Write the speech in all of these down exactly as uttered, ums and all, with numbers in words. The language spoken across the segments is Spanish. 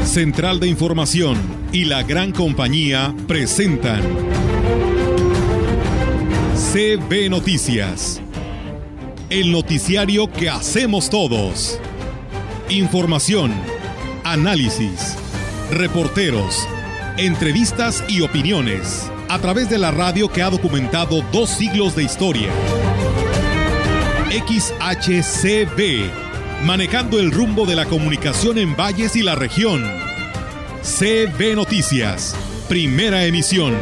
Central de Información y la Gran Compañía presentan C B Noticias, el noticiario que hacemos todos. Información, análisis, reporteros, entrevistas y opiniones a través de la radio que ha documentado dos siglos de historia. X H C B, manejando el rumbo de la comunicación en valles y la región. C B Noticias, primera emisión.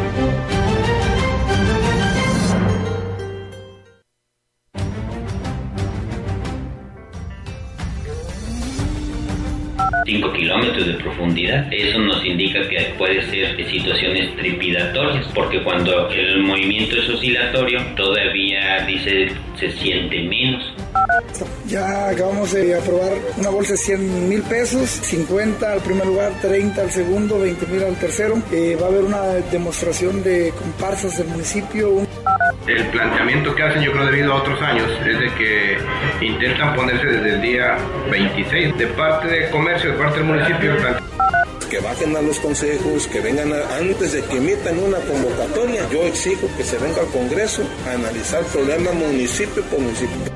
cinco kilómetros de profundidad. Eso nos indica que puede ser situaciones trepidatorias, porque cuando el movimiento es oscilatorio, todavía dice se siente menos. Ya acabamos de aprobar una bolsa de cien mil pesos, cincuenta al primer lugar, treinta al segundo, veinte mil al tercero. Eh, va a haber una demostración de comparsas del municipio. El planteamiento que hacen, yo creo debido a otros años, es de que intentan ponerse desde el día veintiséis de parte de comercio, de parte del municipio. Que bajen a los consejos, que vengan a, antes de que emitan una convocatoria. Yo exijo que se venga al Congreso a analizar el problema municipio por municipio.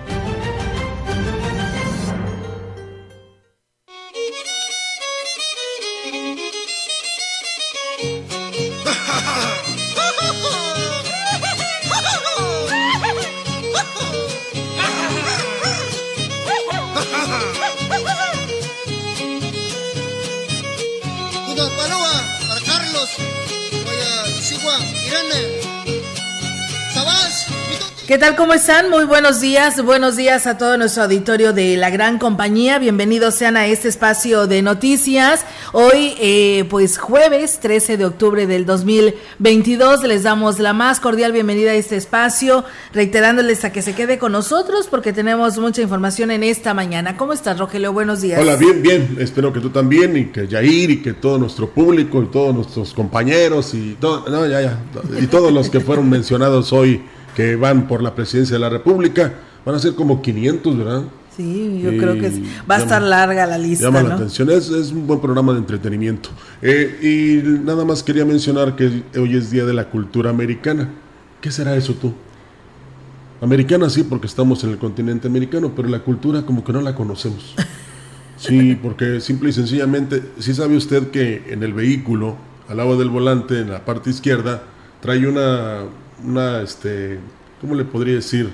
¿Qué tal? ¿Cómo están? Muy buenos días, buenos días a todo nuestro auditorio de la Gran Compañía. Bienvenidos sean a este espacio de noticias. Hoy, eh, pues jueves trece de octubre del dos mil veintidós, les damos la más cordial bienvenida a este espacio, reiterándoles a que se quede con nosotros porque tenemos mucha información en esta mañana. ¿Cómo estás, Rogelio? Buenos días. Hola, bien, bien. Espero que tú también y que Yair y que todo nuestro público y todos nuestros compañeros y todo, no, ya, ya, y todos los que fueron mencionados hoy que van por la presidencia de la República, van a ser como quinientos, ¿verdad? Sí, yo y creo que sí. Va a llama, estar larga la lista, llama ¿no? la atención, es, es un buen programa de entretenimiento. Eh, y nada más quería mencionar que hoy es Día de la Cultura Americana. ¿Qué será eso tú? Americana sí, porque estamos en el continente americano, pero la cultura como que no la conocemos. Sí, porque simple y sencillamente, sí sabe usted que en el vehículo, al lado del volante, en la parte izquierda, trae una... una, este, ¿cómo le podría decir?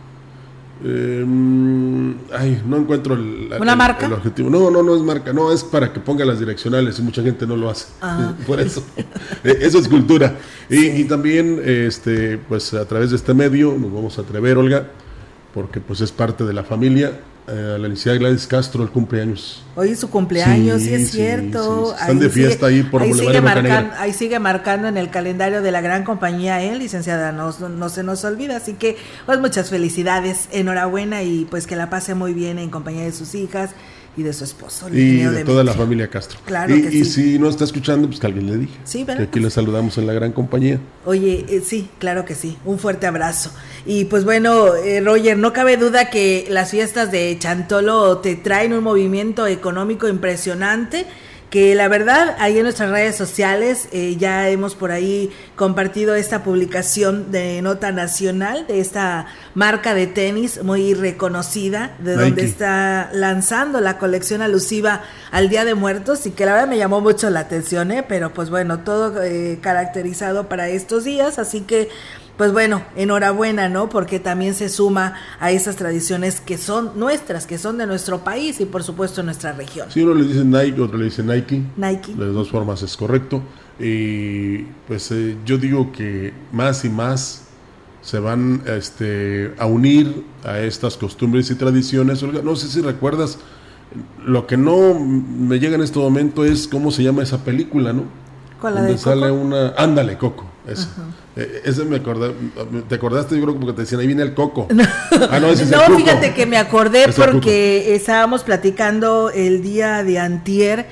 Eh, ay, no encuentro el, ¿Una el, marca? el objetivo. No, no, no es marca, no, es para que ponga las direccionales y mucha gente no lo hace. Ah. Por eso, eso es cultura. Y, sí. y también, este, pues a través de este medio nos vamos a atrever, Olga, porque pues es parte de la familia. Eh, la licenciada Gladys Castro, el cumpleaños. Hoy es su cumpleaños, sí, sí es cierto. Sí, sí. Están ahí de fiesta sigue, ahí por ahí Boulevard sigue, de marcan, ahí sigue marcando en el calendario de la Gran Compañía, ¿eh, licenciada? No, no, no se nos olvida, así que pues muchas felicidades, enhorabuena y pues que la pase muy bien en compañía de sus hijas y de su esposo. Y de, de toda la familia Castro. Claro y, que y sí. si no está escuchando, pues que alguien le diga. Sí, ¿verdad? Que aquí le saludamos en la Gran Compañía. Oye, eh, sí, claro que sí. Un fuerte abrazo. Y pues bueno, eh, Roger, no cabe duda que las fiestas de Chantolo te traen un movimiento económico impresionante, que la verdad ahí en nuestras redes sociales eh, ya hemos por ahí compartido esta publicación de Nota Nacional de esta marca de tenis muy reconocida, de Nike, donde está lanzando la colección alusiva al Día de Muertos y que la verdad me llamó mucho la atención, ¿eh? Pero pues bueno, todo eh, caracterizado para estos días, así que pues bueno, enhorabuena, ¿no? Porque también se suma a esas tradiciones que son nuestras, que son de nuestro país y por supuesto nuestra región. Sí, uno le dice Nike, otro le dice Nike. Nike. De las dos formas es correcto. Y pues eh, yo digo que más y más se van este, a unir a estas costumbres y tradiciones. Olga, no sé si recuerdas, lo que no me llega en este momento es cómo se llama esa película, ¿no? ¿Cuál, la donde de sale Coco? una, ándale, Coco, esa. Eh, ese me acordé, te acordaste, yo creo porque te decían ahí viene el Coco. No, ah, no, ese es no el Cuco. Fíjate que me acordé es porque estábamos platicando el día de antier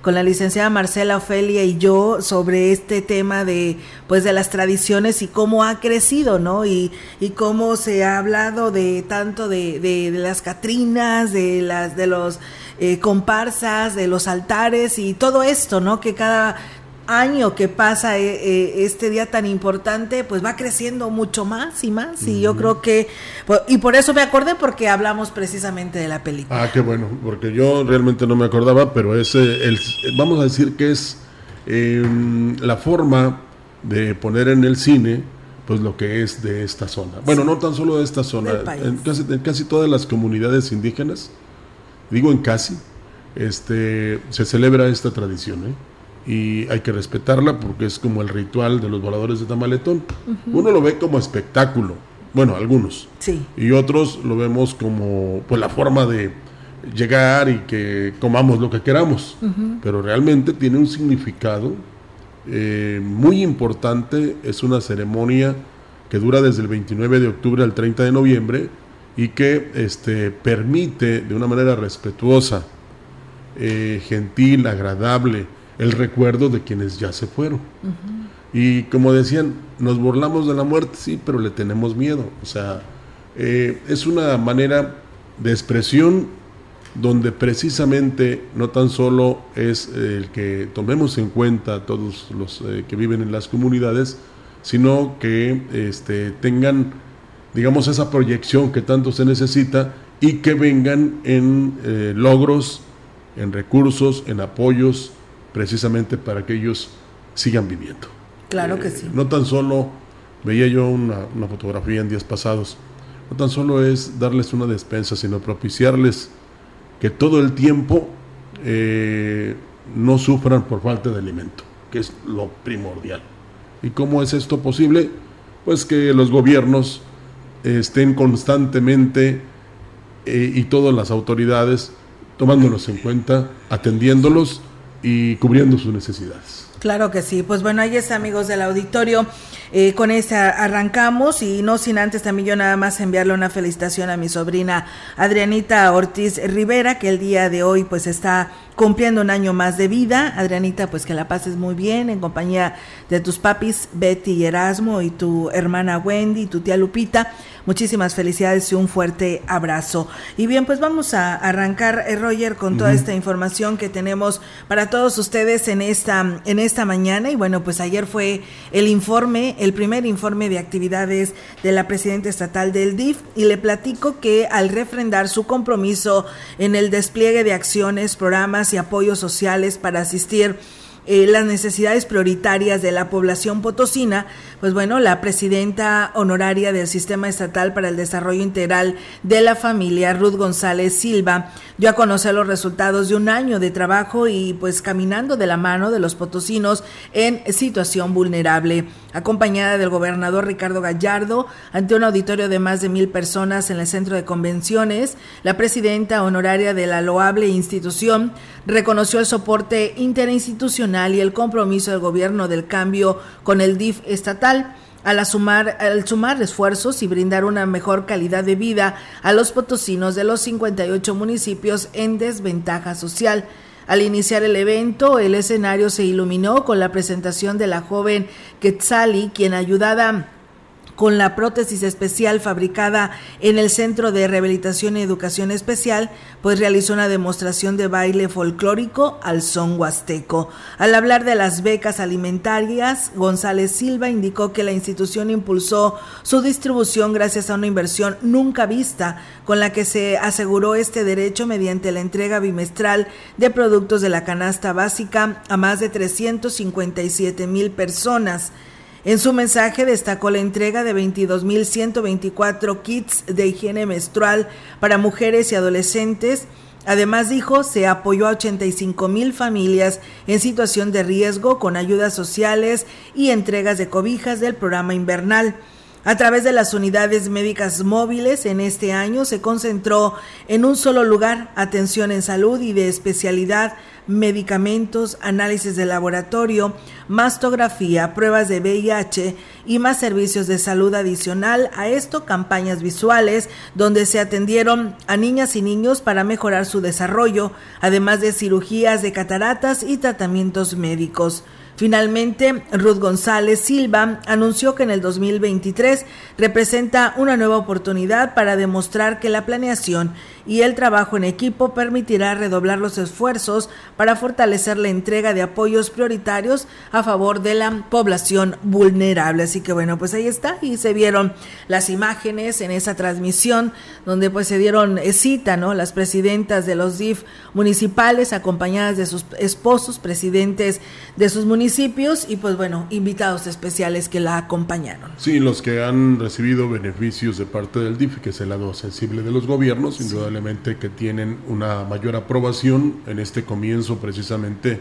con la licenciada Marcela Ofelia y yo sobre este tema de pues de las tradiciones y cómo ha crecido, ¿no? Y, y cómo se ha hablado de tanto de, de, de las catrinas, de las de los eh, comparsas, de los altares y todo esto, ¿no? Que cada año que pasa eh, eh, este día tan importante, pues va creciendo mucho más y más, y uh-huh. yo creo que, y por eso me acordé, porque hablamos precisamente de la película. Ah, qué bueno, porque yo realmente no me acordaba, pero es, el, vamos a decir que es eh, la forma de poner en el cine, pues lo que es de esta zona. Bueno, sí. no tan solo de esta zona, en casi, en casi todas las comunidades indígenas, digo en casi, este, se celebra esta tradición, ¿eh? Y hay que respetarla porque es como el ritual de los voladores de Tamaletón. Uh-huh. Uno lo ve como espectáculo, bueno, algunos, sí. y otros lo vemos como pues la forma de llegar y que comamos lo que queramos, uh-huh. pero realmente tiene un significado eh, muy importante. Es una ceremonia que dura desde el veintinueve de octubre al treinta de noviembre y que este, permite de una manera respetuosa, eh, gentil, agradable, el recuerdo de quienes ya se fueron. Uh-huh. Y como decían, nos burlamos de la muerte, sí, pero le tenemos miedo. O sea, eh, es una manera de expresión donde precisamente no tan solo es eh, el que tomemos en cuenta a todos los eh, que viven en las comunidades, sino que este, tengan, digamos, esa proyección que tanto se necesita y que vengan en eh, logros, en recursos, en apoyos, precisamente para que ellos sigan viviendo. Claro eh, que sí. No tan solo, veía yo una, una fotografía en días pasados, no tan solo es darles una despensa, sino propiciarles que todo el tiempo eh, no sufran por falta de alimento, que es lo primordial. ¿Y cómo es esto posible? Pues que los gobiernos eh, estén constantemente eh, y todas las autoridades tomándolos en cuenta, atendiéndolos y cubriendo sus necesidades. Claro que sí. Pues bueno, ahí está, amigos del auditorio. Eh, con esta arrancamos, y no sin antes también yo nada más enviarle una felicitación a mi sobrina Adrianita Ortiz Rivera, que el día de hoy pues está cumpliendo un año más de vida. Adrianita, pues que la pases muy bien en compañía de tus papis Betty y Erasmo, y tu hermana Wendy y tu tía Lupita. Muchísimas felicidades y un fuerte abrazo. Y bien, pues vamos a arrancar, eh, Roger, con toda uh-huh. esta información que tenemos para todos ustedes en esta, en esta mañana. Y bueno, pues ayer fue el informe, el primer informe de actividades de la presidenta estatal del D I F, y le platico que al refrendar su compromiso en el despliegue de acciones, programas y apoyos sociales para asistir Eh, las necesidades prioritarias de la población potosina, pues bueno, la presidenta honoraria del Sistema Estatal para el Desarrollo Integral de la Familia, Ruth González Silva, dio a conocer los resultados de un año de trabajo y pues caminando de la mano de los potosinos en situación vulnerable. Acompañada del gobernador Ricardo Gallardo, ante un auditorio de más de mil personas en el centro de convenciones, la presidenta honoraria de la loable institución reconoció el soporte interinstitucional y el compromiso del gobierno del cambio con el D I F estatal, al sumar, al sumar esfuerzos y brindar una mejor calidad de vida a los potosinos de los cincuenta y ocho municipios en desventaja social. Al iniciar el evento, el escenario se iluminó con la presentación de la joven Quetzali, quien, ayudada con la prótesis especial fabricada en el Centro de Rehabilitación y Educación Especial, pues realizó una demostración de baile folclórico al son huasteco. Al hablar de las becas alimentarias, González Silva indicó que la institución impulsó su distribución gracias a una inversión nunca vista, con la que se aseguró este derecho mediante la entrega bimestral de productos de la canasta básica a más de trescientos cincuenta y siete mil personas. En su mensaje destacó la entrega de veintidós mil ciento veinticuatro kits de higiene menstrual para mujeres y adolescentes. Además, dijo, se apoyó a ochenta y cinco mil familias en situación de riesgo con ayudas sociales y entregas de cobijas del programa invernal. A través de las unidades médicas móviles, en este año se concentró en un solo lugar atención en salud y de especialidad, medicamentos, análisis de laboratorio, mastografía, pruebas de V I H y más servicios de salud adicional a esto, campañas visuales donde se atendieron a niñas y niños para mejorar su desarrollo, además de cirugías de cataratas y tratamientos médicos. Finalmente, Ruth González Silva anunció que en el dos mil veintitrés representa una nueva oportunidad para demostrar que la planeación y el trabajo en equipo permitirá redoblar los esfuerzos para fortalecer la entrega de apoyos prioritarios a favor de la población vulnerable. Así que bueno, pues ahí está, y se vieron las imágenes en esa transmisión donde pues se dieron cita, ¿no? Las presidentas de los D I F municipales acompañadas de sus esposos, presidentes de sus municipios y pues bueno, invitados especiales que la acompañaron. Sí, los que han recibido beneficios de parte del D I F, que es el lado sensible de los gobiernos, sin duda que tienen una mayor aprobación en este comienzo precisamente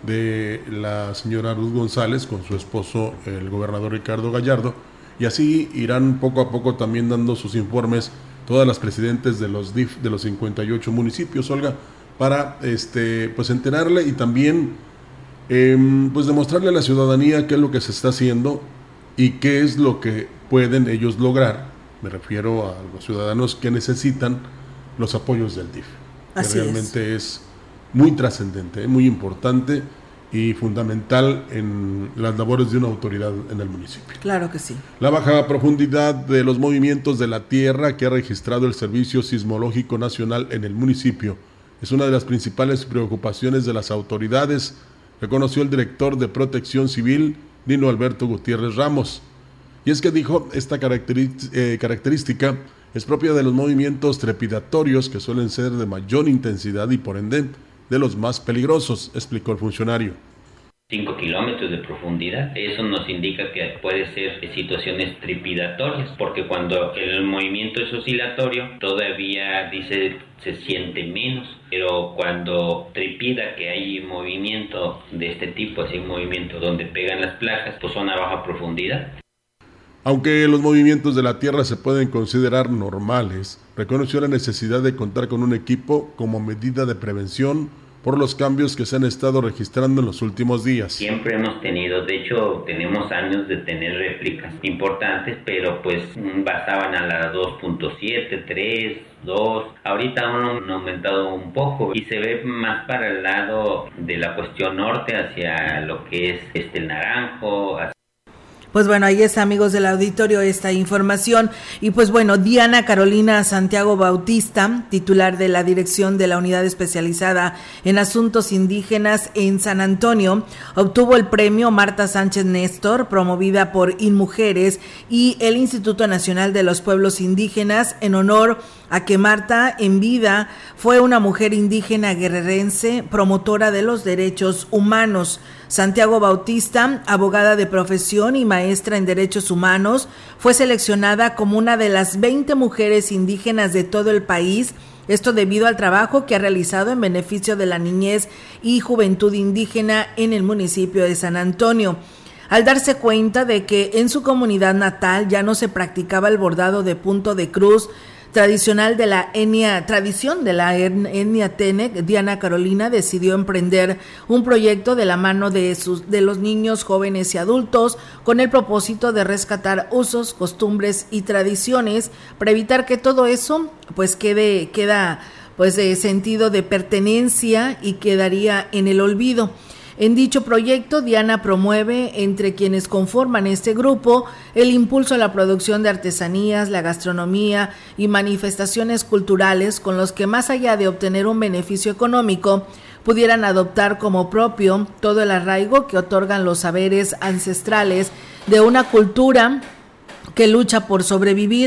de la señora Ruth González con su esposo el gobernador Ricardo Gallardo, y así irán poco a poco también dando sus informes todas las presidentes de los D I F de los cincuenta y ocho municipios, Olga, para este pues enterarle y también eh, pues demostrarle a la ciudadanía qué es lo que se está haciendo y qué es lo que pueden ellos lograr. Me refiero a los ciudadanos que necesitan los apoyos del D I F, que Así realmente es, es muy trascendente, muy importante y fundamental en las labores de una autoridad en el municipio. Claro que sí. La baja profundidad de los movimientos de la tierra que ha registrado el Servicio Sismológico Nacional en el municipio es una de las principales preocupaciones de las autoridades, reconoció el director de Protección Civil, Nino Alberto Gutiérrez Ramos. Y es que dijo, esta característica, eh, característica es propia de los movimientos trepidatorios que suelen ser de mayor intensidad y por ende de los más peligrosos, explicó el funcionario. cinco kilómetros de profundidad, eso nos indica que puede ser situaciones trepidatorias, porque cuando el movimiento es oscilatorio, todavía dice se siente menos, pero cuando trepida, que hay movimiento de este tipo, así un movimiento donde pegan las placas, pues son a baja profundidad. Aunque los movimientos de la tierra se pueden considerar normales, reconoció la necesidad de contar con un equipo como medida de prevención por los cambios que se han estado registrando en los últimos días. Siempre hemos tenido, de hecho tenemos años de tener réplicas importantes, pero pues basaban a la dos punto siete, tres, dos, ahorita han aumentado un poco y se ve más para el lado de la cuestión norte, hacia lo que es este el Naranjo, hacia Pues bueno, ahí está, amigos del auditorio, esta información. Y pues bueno, Diana Carolina Santiago Bautista, titular de la Dirección de la Unidad Especializada en Asuntos Indígenas en San Antonio, obtuvo el premio Marta Sánchez Néstor, promovida por InMujeres y el Instituto Nacional de los Pueblos Indígenas, en honor a que Marta, en vida, fue una mujer indígena guerrerense, promotora de los derechos humanos. Santiago Bautista, abogada de profesión y maestra en derechos humanos, fue seleccionada como una de las veinte mujeres indígenas de todo el país, esto debido al trabajo que ha realizado en beneficio de la niñez y juventud indígena en el municipio de San Antonio. Al darse cuenta de que en su comunidad natal ya no se practicaba el bordado de punto de cruz, tradicional de la etnia, tradición de la etnia Tenec, Diana Carolina decidió emprender un proyecto de la mano de sus de los niños, jóvenes y adultos con el propósito de rescatar usos, costumbres y tradiciones para evitar que todo eso pues quede queda pues de sentido de pertenencia y quedaría en el olvido. En dicho proyecto, Diana promueve entre quienes conforman este grupo el impulso a la producción de artesanías, la gastronomía y manifestaciones culturales con los que, más allá de obtener un beneficio económico, pudieran adoptar como propio todo el arraigo que otorgan los saberes ancestrales de una cultura que lucha por sobrevivir.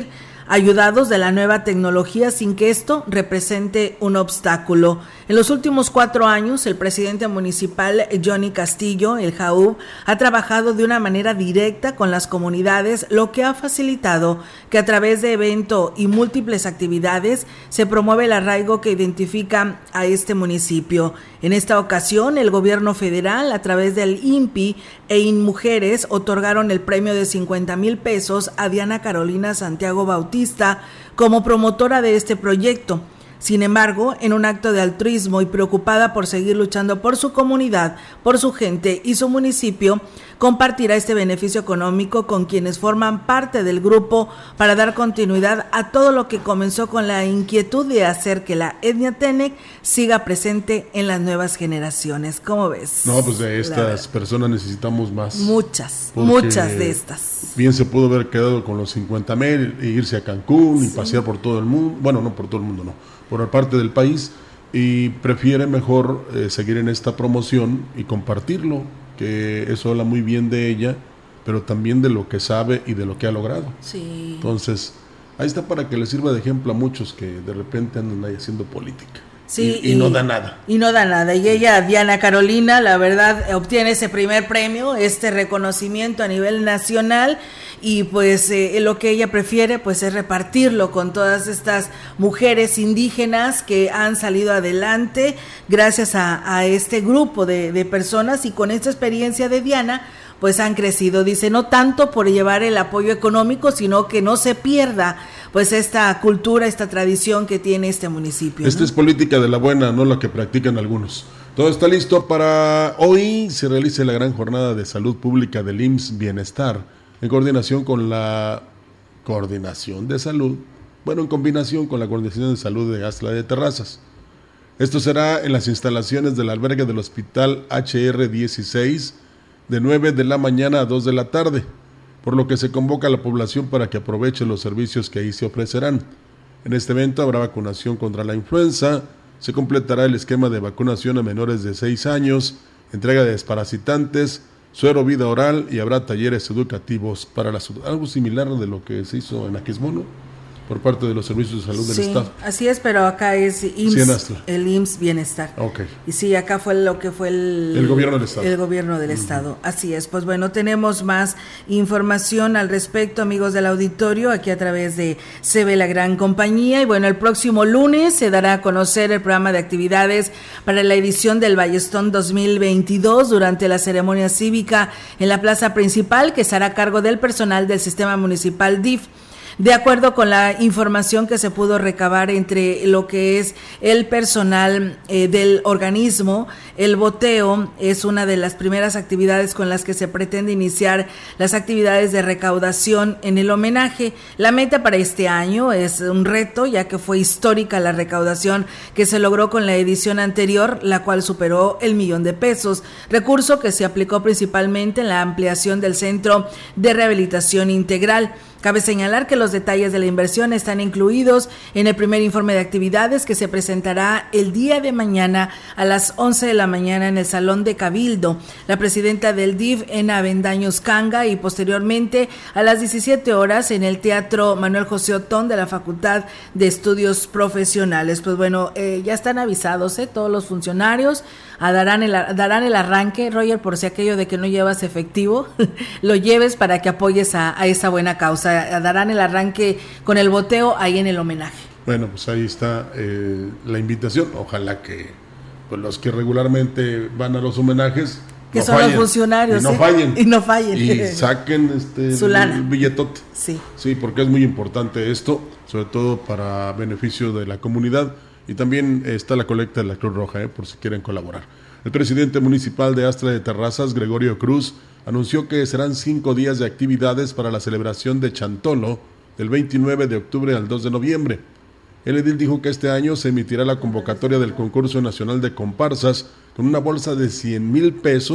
ayudados de la nueva tecnología sin que esto represente un obstáculo. En los últimos cuatro años, el presidente municipal Johnny Castillo, el Jaúb, ha trabajado de una manera directa con las comunidades, lo que ha facilitado que a través de evento y múltiples actividades se promueve el arraigo que identifica a este municipio. En esta ocasión, el gobierno federal, a través del I N P I e INMujeres, otorgaron el premio de cincuenta mil pesos a Diana Carolina Santiago Bautista como promotora de este proyecto. Sin embargo, en un acto de altruismo y preocupada por seguir luchando por su comunidad, por su gente y su municipio, compartirá este beneficio económico con quienes forman parte del grupo para dar continuidad a todo lo que comenzó con la inquietud de hacer que la etnia Tenec siga presente en las nuevas generaciones. ¿Cómo ves? No, pues de estas personas necesitamos más. Muchas, muchas de estas. Bien se pudo haber quedado con los cincuenta mil e irse a Cancún sí. y pasear por todo el mundo. Bueno, no por todo el mundo, no. Por parte del país, y prefiere mejor eh, seguir en esta promoción y compartirlo, que eso habla muy bien de ella, pero también de lo que sabe y de lo que ha logrado. Sí. Entonces, ahí está para que le sirva de ejemplo a muchos que de repente andan ahí haciendo política. Sí, y, y, y no da nada. Y no da nada. Y ella, Diana Carolina, la verdad, obtiene ese primer premio, este reconocimiento a nivel nacional, y pues eh, lo que ella prefiere pues es repartirlo con todas estas mujeres indígenas que han salido adelante gracias a, a este grupo de, de personas, y con esta experiencia de Diana pues han crecido. Dice, no tanto por llevar el apoyo económico, sino que no se pierda pues esta cultura, esta tradición que tiene este municipio. Esta ¿no? es política de la buena, no la que practican algunos. Todo está listo para hoy. Se realice la gran jornada de salud pública del I M S S Bienestar, en coordinación con la Coordinación de Salud, bueno, en combinación con la Coordinación de Salud de Astla de Terrazas. Esto será en las instalaciones del albergue del Hospital H R dieciséis, de nueve de la mañana a dos de la tarde, por lo que se convoca a la población para que aproveche los servicios que ahí se ofrecerán. En este evento habrá vacunación contra la influenza, se completará el esquema de vacunación a menores de seis años, entrega de desparasitantes, suero vida oral, y habrá talleres educativos para la salud, algo similar de lo que se hizo en Aquismón, por parte de los servicios de salud sí, del Estado. Así es, pero acá es I M S S, el I M S S Bienestar. Okay. Y sí, acá fue lo que fue el, el gobierno del Estado. El gobierno del uh-huh. Estado. Así es. Pues bueno, tenemos más información al respecto, amigos del auditorio, aquí a través de C B La Gran Compañía. Y bueno, el próximo lunes se dará a conocer el programa de actividades para la edición del Ballestón dos mil veintidós durante la ceremonia cívica en la plaza principal, que estará a cargo del personal del Sistema Municipal D I F. De acuerdo con la información que se pudo recabar entre lo que es el personal eh, del organismo, el boteo es una de las primeras actividades con las que se pretende iniciar las actividades de recaudación en el homenaje. La meta para este año es un reto, ya que fue histórica la recaudación que se logró con la edición anterior, la cual superó el millón de pesos, recurso que se aplicó principalmente en la ampliación del Centro de Rehabilitación Integral. Cabe señalar que los detalles de la inversión están incluidos en el primer informe de actividades que se presentará el día de mañana a las once de la mañana en el Salón de Cabildo. La presidenta del D I F, Ena Avendaños Canga, y posteriormente a las diecisiete horas en el Teatro Manuel José Otón de la Facultad de Estudios Profesionales. Pues bueno, eh, ya están avisados eh, todos los funcionarios. A darán, el, darán el arranque, Roger, por si aquello de que no llevas efectivo, lo lleves para que apoyes a, a esa buena causa. Darán el arranque con el boteo ahí en el homenaje. Bueno, pues ahí está eh, la invitación. Ojalá que pues, los que regularmente van a los homenajes que no son fallen, los funcionarios y no ¿sí? fallen y no fallen y saquen este su lana. El billetote. Sí. Sí, porque es muy importante esto, sobre todo para beneficio de la comunidad. Y también está la colecta de la Cruz Roja, eh, por si quieren colaborar. El presidente municipal de Astla de Terrazas, Gregorio Cruz, anunció que serán cinco días de actividades para la celebración de Chantolo del veintinueve de octubre al dos de noviembre. El edil dijo que este año se emitirá la convocatoria del concurso nacional de comparsas con una bolsa de cien mil pesos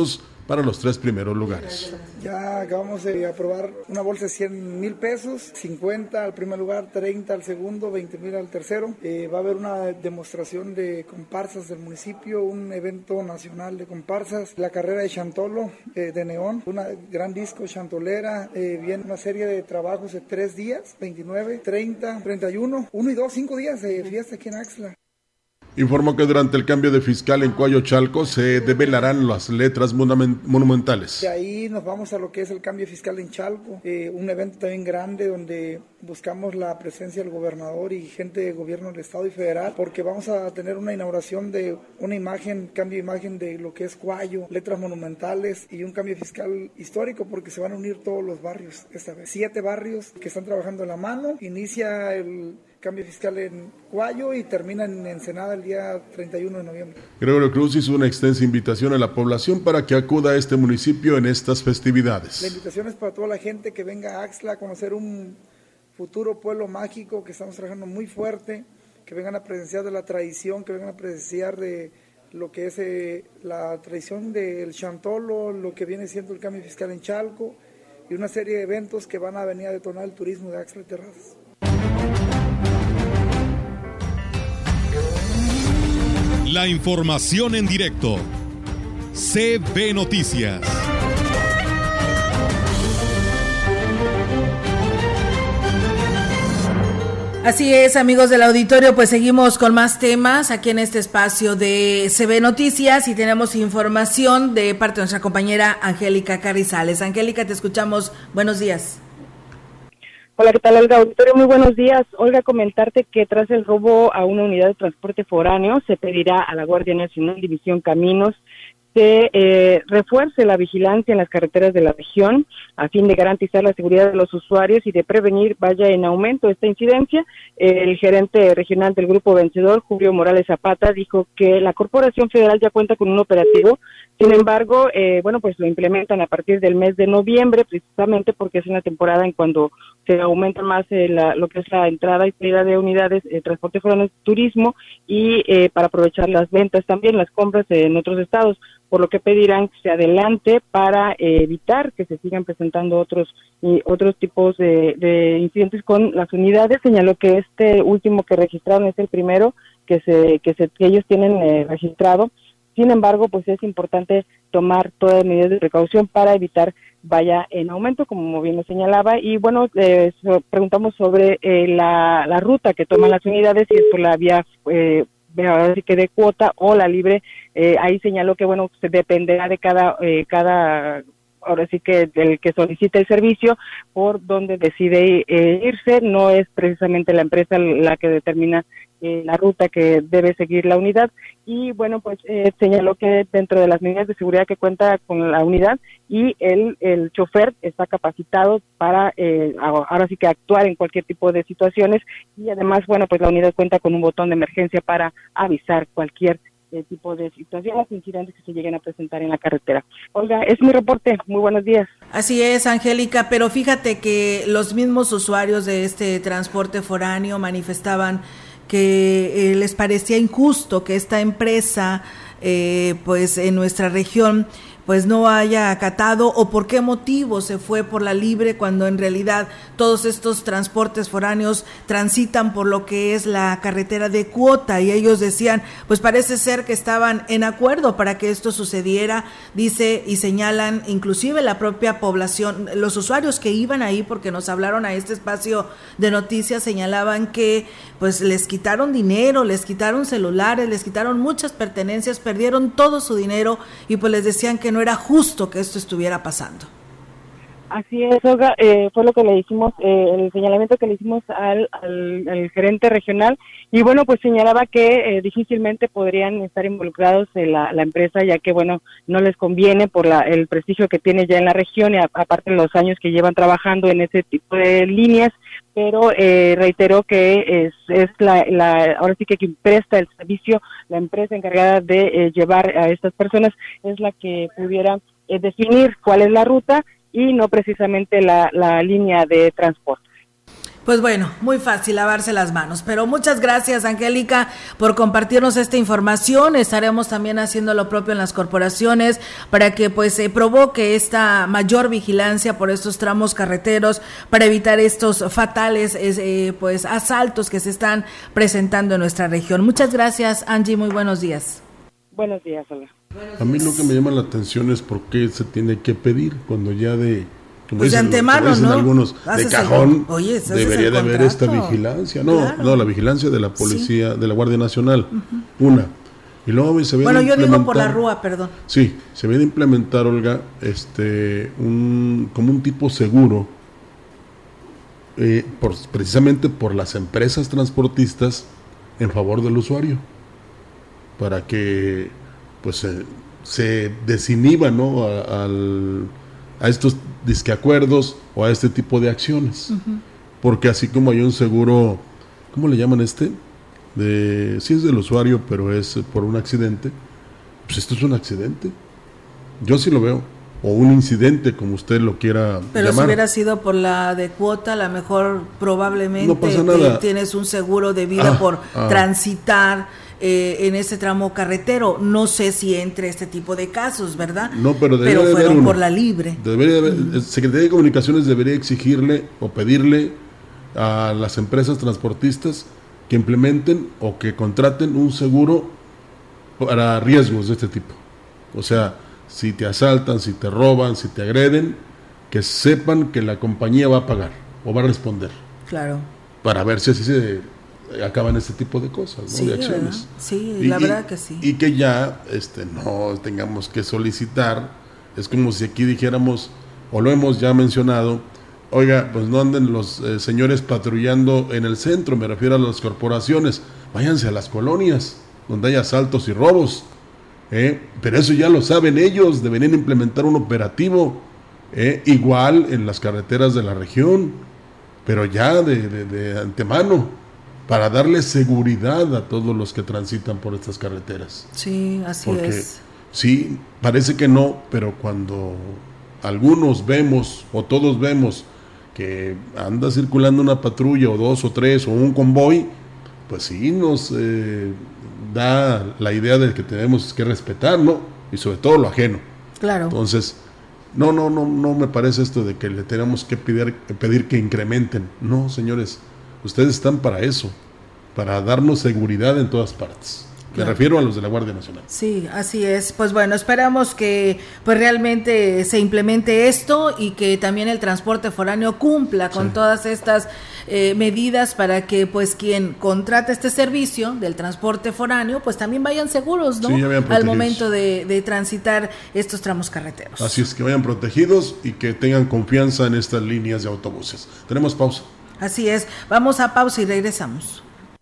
para los tres primeros lugares. Ya acabamos de aprobar una bolsa de cien mil pesos, cincuenta al primer lugar, treinta al segundo, veinte mil al tercero. Eh, va a haber una demostración de comparsas del municipio, un evento nacional de comparsas, la carrera de Chantolo eh, de neón, una gran disco chantolera, eh, viene una serie de trabajos de tres días, veintinueve, treinta, treinta y uno, uno y dos, cinco días de fiesta aquí en Axtla. Informó que durante el cambio de fiscal en Coyochalco se develarán las letras monumentales. De ahí nos vamos a lo que es el cambio fiscal en Chalco, eh, un evento también grande donde buscamos la presencia del gobernador y gente de gobierno del estado y federal, porque vamos a tener una inauguración de una imagen, cambio de imagen de lo que es Cuayo, letras monumentales y un cambio fiscal histórico, porque se van a unir todos los barrios esta vez. Siete barrios que están trabajando en la mano, inicia el cambio fiscal en Cuayo y termina en Ensenada el día treinta y uno de noviembre. Gregorio Cruz hizo una extensa invitación a la población para que acuda a este municipio en estas festividades. La invitación es para toda la gente que venga a Axtla a conocer un futuro pueblo mágico que estamos trabajando muy fuerte, que vengan a presenciar de la tradición, que vengan a presenciar de lo que es eh, la tradición del Chantolo, lo que viene siendo el cambio fiscal en Chalco y una serie de eventos que van a venir a detonar el turismo de Axtla y Terrazas. La información en directo. C B Noticias. Así es, amigos del auditorio, pues seguimos con más temas aquí en este espacio de C B Noticias y tenemos información de parte de nuestra compañera Angélica Carrizales. Angélica, te escuchamos. Buenos días. Hola, ¿qué tal, Olga? Auditorio, muy buenos días. Olga, comentarte que tras el robo a una unidad de transporte foráneo, se pedirá a la Guardia Nacional División Caminos que eh, refuerce la vigilancia en las carreteras de la región a fin de garantizar la seguridad de los usuarios y de prevenir vaya en aumento esta incidencia. El gerente regional del Grupo Vencedor, Julio Morales Zapata, dijo que la Corporación Federal ya cuenta con un operativo. Sin embargo, eh, bueno, pues lo implementan a partir del mes de noviembre, precisamente porque es una temporada en cuando se aumenta más eh, la, lo que es la entrada y salida de unidades, eh, transporte foráneo, turismo, y eh, para aprovechar las ventas también, las compras eh, en otros estados, por lo que pedirán que se adelante para eh, evitar que se sigan presentando otros y otros tipos de, de incidentes con las unidades. Señaló que este último que registraron es el primero que se que, se, que ellos tienen eh, registrado. Sin embargo, pues es importante tomar todas las medidas de precaución para evitar vaya en aumento, como bien lo señalaba. Y bueno, eh, so, preguntamos sobre eh, la, la ruta que toman las unidades, si es por la vía eh, así que de cuota o la libre. Eh, ahí señaló que bueno, se dependerá de cada eh, cada ahora sí que del que solicita el servicio por donde decide eh, irse. No es precisamente la empresa la que determina eh, la ruta que debe seguir la unidad. Y bueno, pues eh, señaló que dentro de las medidas de seguridad que cuenta con la unidad y el el chofer está capacitado para eh, ahora sí que actuar en cualquier tipo de situaciones, y además bueno, pues la unidad cuenta con un botón de emergencia para avisar cualquier eh, tipo de situaciones, incidentes que se lleguen a presentar en la carretera. Olga, es mi reporte. Muy buenos días. Así es, Angélica, pero fíjate que los mismos usuarios de este transporte foráneo manifestaban que eh, les parecía injusto que esta empresa eh, pues en nuestra región pues no haya acatado, o por qué motivo se fue por la libre cuando en realidad todos estos transportes foráneos transitan por lo que es la carretera de cuota, y ellos decían, pues parece ser que estaban en acuerdo para que esto sucediera, dice, y señalan inclusive la propia población, los usuarios que iban ahí, porque nos hablaron a este espacio de noticias, señalaban que pues les quitaron dinero, les quitaron celulares, les quitaron muchas pertenencias, perdieron todo su dinero, y pues les decían que no era justo que esto estuviera pasando. Así es, Olga, eh, fue lo que le hicimos, eh, el señalamiento que le hicimos al, al, al gerente regional, y bueno, pues señalaba que eh, difícilmente podrían estar involucrados en la, la empresa, ya que bueno, no les conviene por la, el prestigio que tiene ya en la región, y a, aparte de los años que llevan trabajando en ese tipo de líneas, pero eh, reiteró que es, es la, la, ahora sí que quien presta el servicio, la empresa encargada de eh, llevar a estas personas, es la que pudiera eh, definir cuál es la ruta y no precisamente la, la línea de transporte. Pues bueno, muy fácil lavarse las manos, pero muchas gracias, Angélica, por compartirnos esta información. Estaremos también haciendo lo propio en las corporaciones para que pues se provoque esta mayor vigilancia por estos tramos carreteros para evitar estos fatales eh, pues asaltos que se están presentando en nuestra región. Muchas gracias, Angie, muy buenos días. Buenos días, Olga. A mí lo que me llama la atención es por qué se tiene que pedir cuando ya de... Como pues dicen, de antemano, dicen ¿no? algunos, de cajón, el, oye, debería de haber esta vigilancia. No, claro. no, la vigilancia de la policía, sí. de la Guardia Nacional, uh-huh. una. Y luego se Bueno, yo digo por la rúa, perdón. Sí, se viene a implementar, Olga, este, un, como un tipo seguro, eh, por, precisamente por las empresas transportistas en favor del usuario, para que pues eh, se desinhiba, ¿no? A, al, a estos disqueacuerdos o a este tipo de acciones, uh-huh. porque así como hay un seguro, ¿cómo le llaman este? De, sí es del usuario, pero es por un accidente, pues esto es un accidente, yo sí lo veo, o un incidente, como usted lo quiera pero llamar. Si hubiera sido por la de cuota, a lo mejor probablemente no pasa nada. Tienes un seguro de vida ah, por ah. transitar eh, en ese tramo carretero. No sé si entre este tipo de casos, ¿verdad? No, pero, pero de fueron uno. por la libre. Debería haber, mm. Secretaría de Comunicaciones debería exigirle o pedirle a las empresas transportistas que implementen o que contraten un seguro para riesgos de este tipo. O sea, si te asaltan, si te roban, si te agreden, que sepan que la compañía va a pagar o va a responder. Claro. Para ver si así se acaban este tipo de cosas, ¿no? Sí, de acciones. ¿verdad? Sí, y, la y, verdad que sí. Y que ya este, no tengamos que solicitar, es como si aquí dijéramos, o lo hemos ya mencionado, oiga, pues no anden los eh, señores patrullando en el centro, me refiero a las corporaciones, váyanse a las colonias, donde hay asaltos y robos. Eh, pero eso ya lo saben ellos, deberían implementar un operativo eh, igual en las carreteras de la región, pero ya de, de, de antemano, para darle seguridad a todos los que transitan por estas carreteras. Sí, así Porque, es. Sí, parece que no, pero cuando algunos vemos o todos vemos que anda circulando una patrulla o dos o tres o un convoy, pues sí nos eh, da la idea de que tenemos que respetar, ¿no? Y sobre todo lo ajeno. Claro. Entonces, no, no, no, no me parece esto de que le tenemos que pedir, pedir que incrementen. No, señores, ustedes están para eso, para darnos seguridad en todas partes. Me claro. refiero a los de la Guardia Nacional. Sí, así es. Pues bueno, esperamos que pues realmente se implemente esto y que también el transporte foráneo cumpla con sí. todas estas eh, medidas para que pues quien contrata este servicio del transporte foráneo pues también vayan seguros, ¿no? Sí, al momento de, de transitar estos tramos carreteros. Así es, que vayan protegidos y que tengan confianza en estas líneas de autobuses. Tenemos pausa. Así es. Vamos a pausa y regresamos.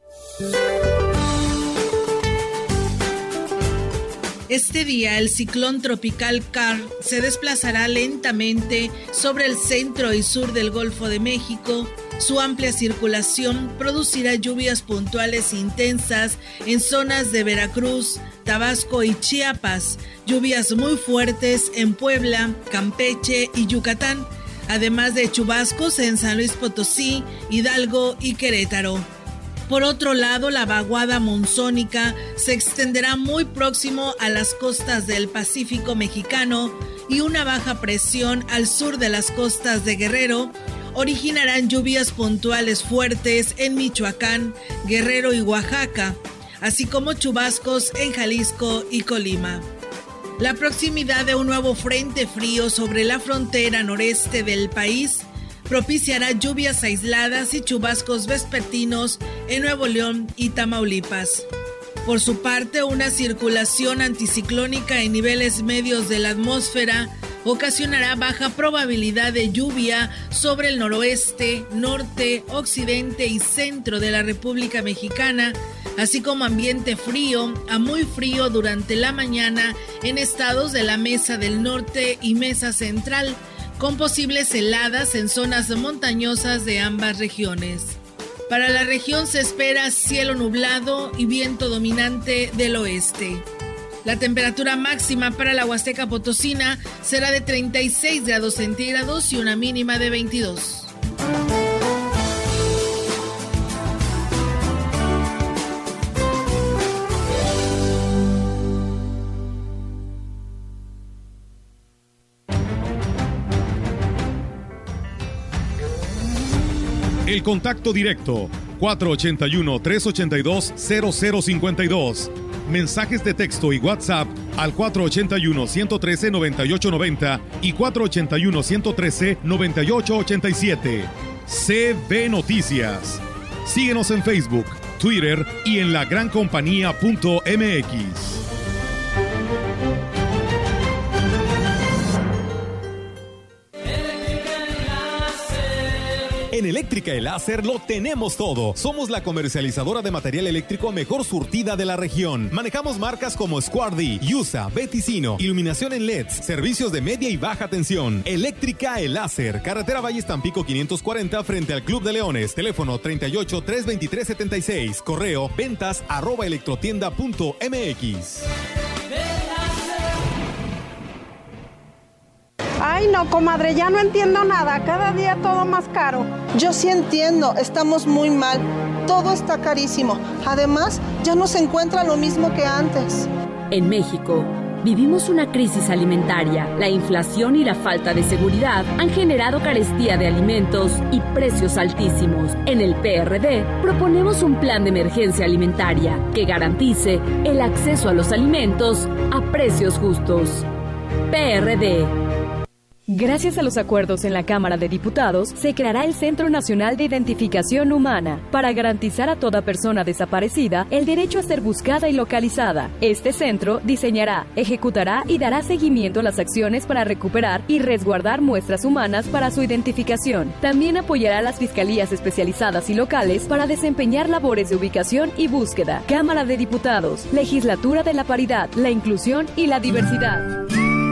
Este día el ciclón tropical Carl se desplazará lentamente sobre el centro y sur del Golfo de México. Su amplia circulación producirá lluvias puntuales intensas en zonas de Veracruz, Tabasco y Chiapas, lluvias muy fuertes en Puebla, Campeche y Yucatán, además de chubascos en San Luis Potosí, Hidalgo y Querétaro. Por otro lado, la vaguada monzónica se extenderá muy próximo a las costas del Pacífico mexicano y una baja presión al sur de las costas de Guerrero originarán lluvias puntuales fuertes en Michoacán, Guerrero y Oaxaca, así como chubascos en Jalisco y Colima. La proximidad de un nuevo frente frío sobre la frontera noreste del país propiciará lluvias aisladas y chubascos vespertinos en Nuevo León y Tamaulipas. Por su parte, una circulación anticiclónica en niveles medios de la atmósfera ocasionará baja probabilidad de lluvia sobre el noroeste, norte, occidente y centro de la República Mexicana, así como ambiente frío a muy frío durante la mañana en estados de la Mesa del Norte y Mesa Central, con posibles heladas en zonas montañosas de ambas regiones. Para la región se espera cielo nublado y viento dominante del oeste. La temperatura máxima para la Huasteca Potosina será de treinta y seis grados centígrados y una mínima de veintidós. El contacto directo cuatro ocho uno, tres ocho dos, cero cero cinco dos. Mensajes de texto y WhatsApp al cuatro ocho uno, uno uno tres, nueve ocho nueve cero y cuatro ocho uno, uno uno tres, nueve ocho ocho siete. C B Noticias. Síguenos en Facebook, Twitter y en la gran compañía punto m x. En Eléctrica El Láser lo tenemos todo. Somos la comercializadora de material eléctrico mejor surtida de la región. Manejamos marcas como Squardi, Yusa, Beticino, iluminación en L E Ds, servicios de media y baja tensión. Eléctrica El Láser, carretera Valles Tampico quinientos cuarenta frente al Club de Leones. Teléfono treinta y ocho, trescientos veintitrés, setenta y seis. Correo ventas arroba electrotienda punto m x. Ay, no, comadre, ya no entiendo nada. Cada día todo más caro. Yo sí entiendo, estamos muy mal. Todo está carísimo. Además, ya no se encuentra lo mismo que antes. En México, vivimos una crisis alimentaria. La inflación y la falta de seguridad han generado carestía de alimentos y precios altísimos. En el P R D proponemos un plan de emergencia alimentaria que garantice el acceso a los alimentos a precios justos. P R D. Gracias a los acuerdos en la Cámara de Diputados, se creará el Centro Nacional de Identificación Humana para garantizar a toda persona desaparecida el derecho a ser buscada y localizada. Este centro diseñará, ejecutará y dará seguimiento a las acciones para recuperar y resguardar muestras humanas para su identificación. También apoyará a las fiscalías especializadas y locales para desempeñar labores de ubicación y búsqueda. Cámara de Diputados, Legislatura de la Paridad, la Inclusión y la Diversidad.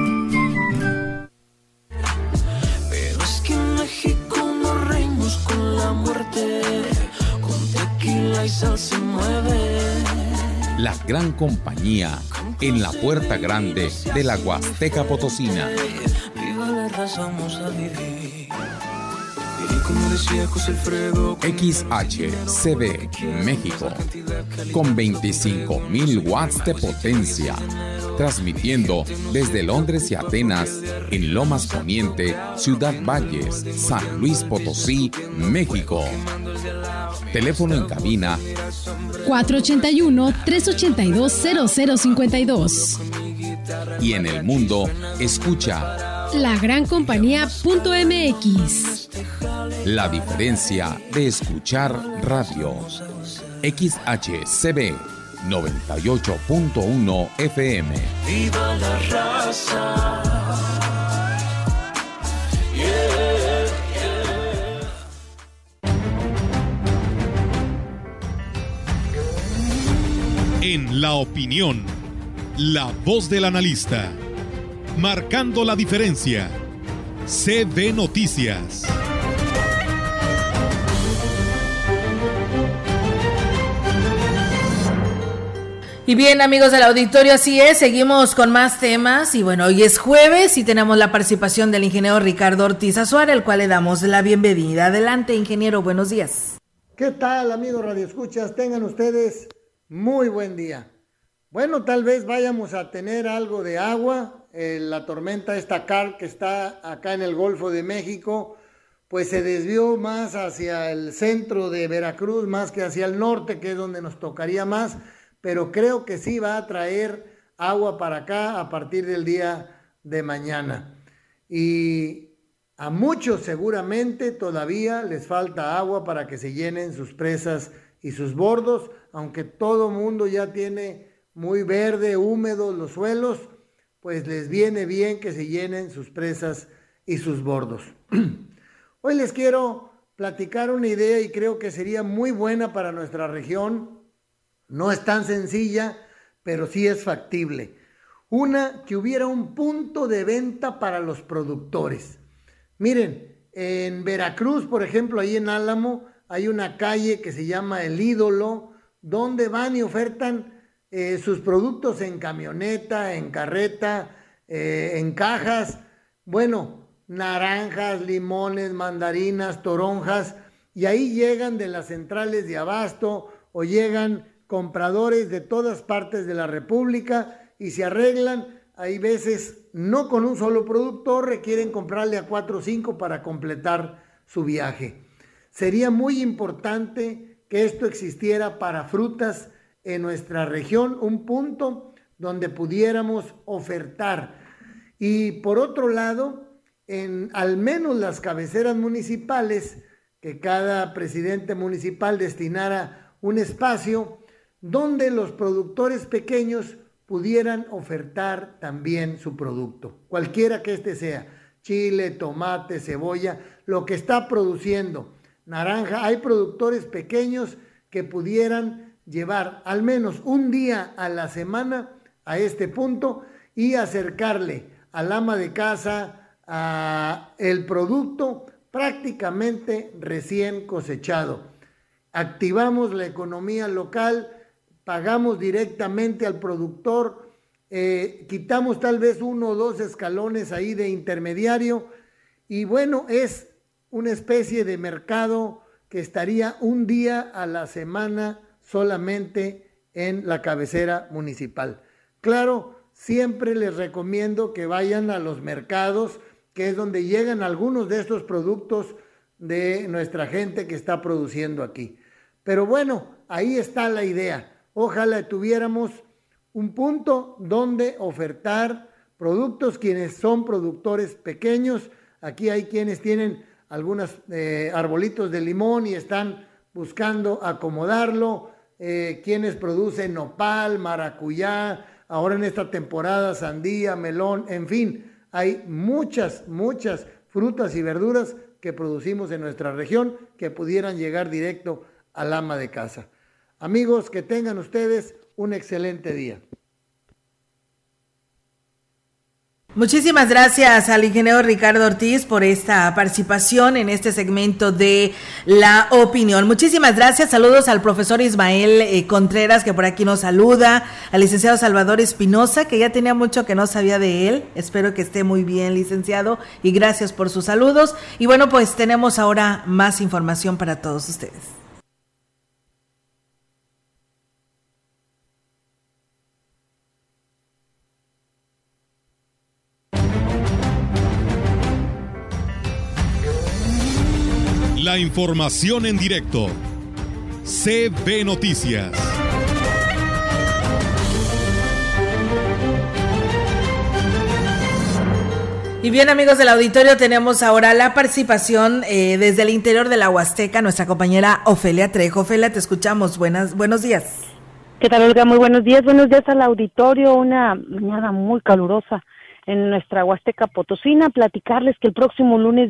y sal se mueve. La gran compañía en la puerta grande de la Huasteca Potosina. Viva la raza, vamos a vivir. Y como decía José Alfredo, X H C B México, con veinticinco mil watts de potencia, transmitiendo desde Londres y Atenas, en Lomas Poniente, Ciudad Valles, San Luis Potosí, México. Teléfono en cabina cuatro ocho uno, tres ocho dos, cero cero cinco dos. Y en el mundo, escucha la gran compañía punto m x. La diferencia de escuchar radio. X H C B noventa y ocho punto uno F M. Viva la raza. Yeah, yeah. En La Opinión, la voz del analista, marcando la diferencia. C B Noticias. Y bien, amigos del auditorio, así es, seguimos con más temas y bueno, hoy es jueves y tenemos la participación del ingeniero Ricardo Ortiz Azuara, al cual le damos la bienvenida. Adelante, ingeniero, buenos días. ¿Qué tal, amigos radioescuchas? Tengan ustedes muy buen día. Bueno, tal vez vayamos a tener algo de agua. Eh, la tormenta esta Car que está acá en el Golfo de México, pues se desvió más hacia el centro de Veracruz, más que hacia el norte, que es donde nos tocaría más, pero creo que sí va a traer agua para acá a partir del día de mañana. Y a muchos seguramente todavía les falta agua para que se llenen sus presas y sus bordos, aunque todo mundo ya tiene muy verde, húmedos los suelos, pues les viene bien que se llenen sus presas y sus bordos. Hoy les quiero platicar una idea y creo que sería muy buena para nuestra región. No es tan sencilla, pero sí es factible. Una, que hubiera un punto de venta para los productores. Miren, en Veracruz, por ejemplo, ahí en Álamo, hay una calle que se llama El Ídolo, donde van y ofertan eh, sus productos en camioneta, en carreta, eh, en cajas. Bueno, naranjas, limones, mandarinas, toronjas, y ahí llegan de las centrales de abasto o llegan compradores de todas partes de la República y se arreglan. Hay veces no con un solo productor, requieren comprarle a cuatro o cinco para completar su viaje. Sería muy importante que esto existiera para frutas en nuestra región, un punto donde pudiéramos ofertar. Y por otro lado, en al menos las cabeceras municipales, que cada presidente municipal destinara un espacio donde los productores pequeños pudieran ofertar también su producto, cualquiera que este sea, chile, tomate, cebolla, lo que está produciendo, naranja. Hay productores pequeños que pudieran llevar al menos un día a la semana a este punto y acercarle al ama de casa a el producto prácticamente recién cosechado. Activamos la economía local, pagamos directamente al productor, eh, quitamos tal vez uno o dos escalones ahí de intermediario y bueno, es una especie de mercado que estaría un día a la semana solamente en la cabecera municipal. Claro, siempre les recomiendo que vayan a los mercados, que es donde llegan algunos de estos productos de nuestra gente que está produciendo aquí. Pero bueno, ahí está la idea. Ojalá tuviéramos un punto donde ofertar productos quienes son productores pequeños. Aquí hay quienes tienen algunos eh, arbolitos de limón y están buscando acomodarlo, eh, quienes producen nopal, maracuyá, ahora en esta temporada sandía, melón, en fin, hay muchas, muchas frutas y verduras que producimos en nuestra región que pudieran llegar directo al ama de casa. Amigos, que tengan ustedes un excelente día. Muchísimas gracias al ingeniero Ricardo Ortiz por esta participación en este segmento de La Opinión. Muchísimas gracias, saludos al profesor Ismael eh, Contreras, que por aquí nos saluda, al licenciado Salvador Espinosa, que ya tenía mucho que no sabía de él. Espero que esté muy bien, licenciado, y gracias por sus saludos. Y bueno, pues tenemos ahora más información para todos ustedes. La información en directo. C B Noticias. Y bien, amigos del auditorio, tenemos ahora la participación eh, desde el interior de la Huasteca, nuestra compañera Ofelia Trejo. Ofelia, te escuchamos. Buenas, buenos días. ¿Qué tal, Olga? Muy buenos días. Buenos días al auditorio. Una mañana muy calurosa en nuestra Huasteca Potosina. Platicarles que el próximo lunes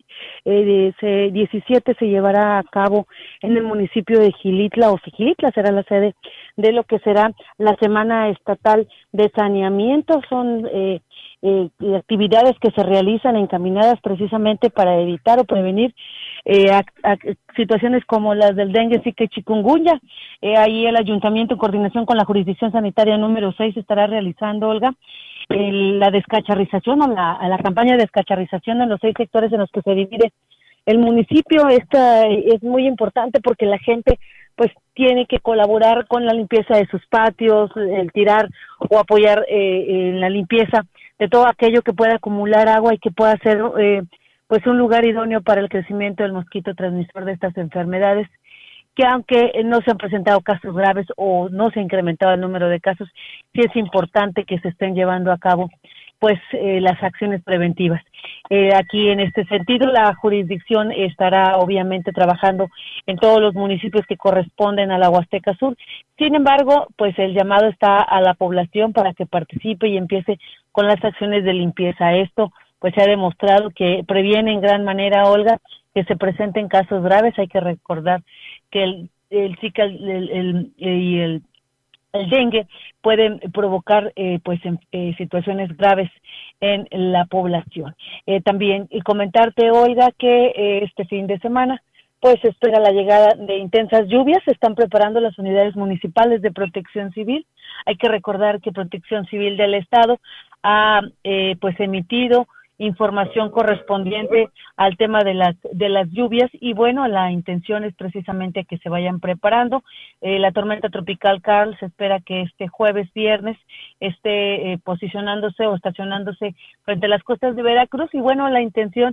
diecisiete se llevará a cabo en el municipio de Xilitla, o Xilitla será la sede de lo que será la Semana Estatal de Saneamiento. Son eh, eh, actividades que se realizan encaminadas precisamente para evitar o prevenir eh, a, a, situaciones como las del dengue, zika y chikungunya. Eh, ahí el ayuntamiento, en coordinación con la jurisdicción sanitaria número seis, estará realizando, Olga, El, la descacharrización o la, la campaña de descacharrización en los seis sectores en los que se divide el municipio. Esta es muy importante porque la gente pues tiene que colaborar con la limpieza de sus patios, el tirar o apoyar eh, en la limpieza de todo aquello que pueda acumular agua y que pueda ser eh, pues un lugar idóneo para el crecimiento del mosquito transmisor de estas enfermedades, que aunque no se han presentado casos graves o no se ha incrementado el número de casos, sí es importante que se estén llevando a cabo pues eh, las acciones preventivas. Eh, aquí en este sentido la jurisdicción estará obviamente trabajando en todos los municipios que corresponden a la Huasteca Sur. Sin embargo, pues el llamado está a la población para que participe y empiece con las acciones de limpieza. Esto pues se ha demostrado que previene en gran manera, Olga, que se presenten casos graves. Hay que recordar que el, el Zika el, el, el, y el, el dengue pueden provocar eh, pues en, eh, situaciones graves en la población. Eh, también y comentarte, Olga, que eh, este fin de semana pues se espera la llegada de intensas lluvias. Se están preparando las unidades municipales de Protección Civil. Hay que recordar que Protección Civil del Estado ha eh, pues emitido información correspondiente al tema de las de las lluvias y bueno, la intención es precisamente que se vayan preparando. Eh, la tormenta tropical Karl se espera que este jueves, viernes esté eh, posicionándose o estacionándose frente a las costas de Veracruz y bueno, la intención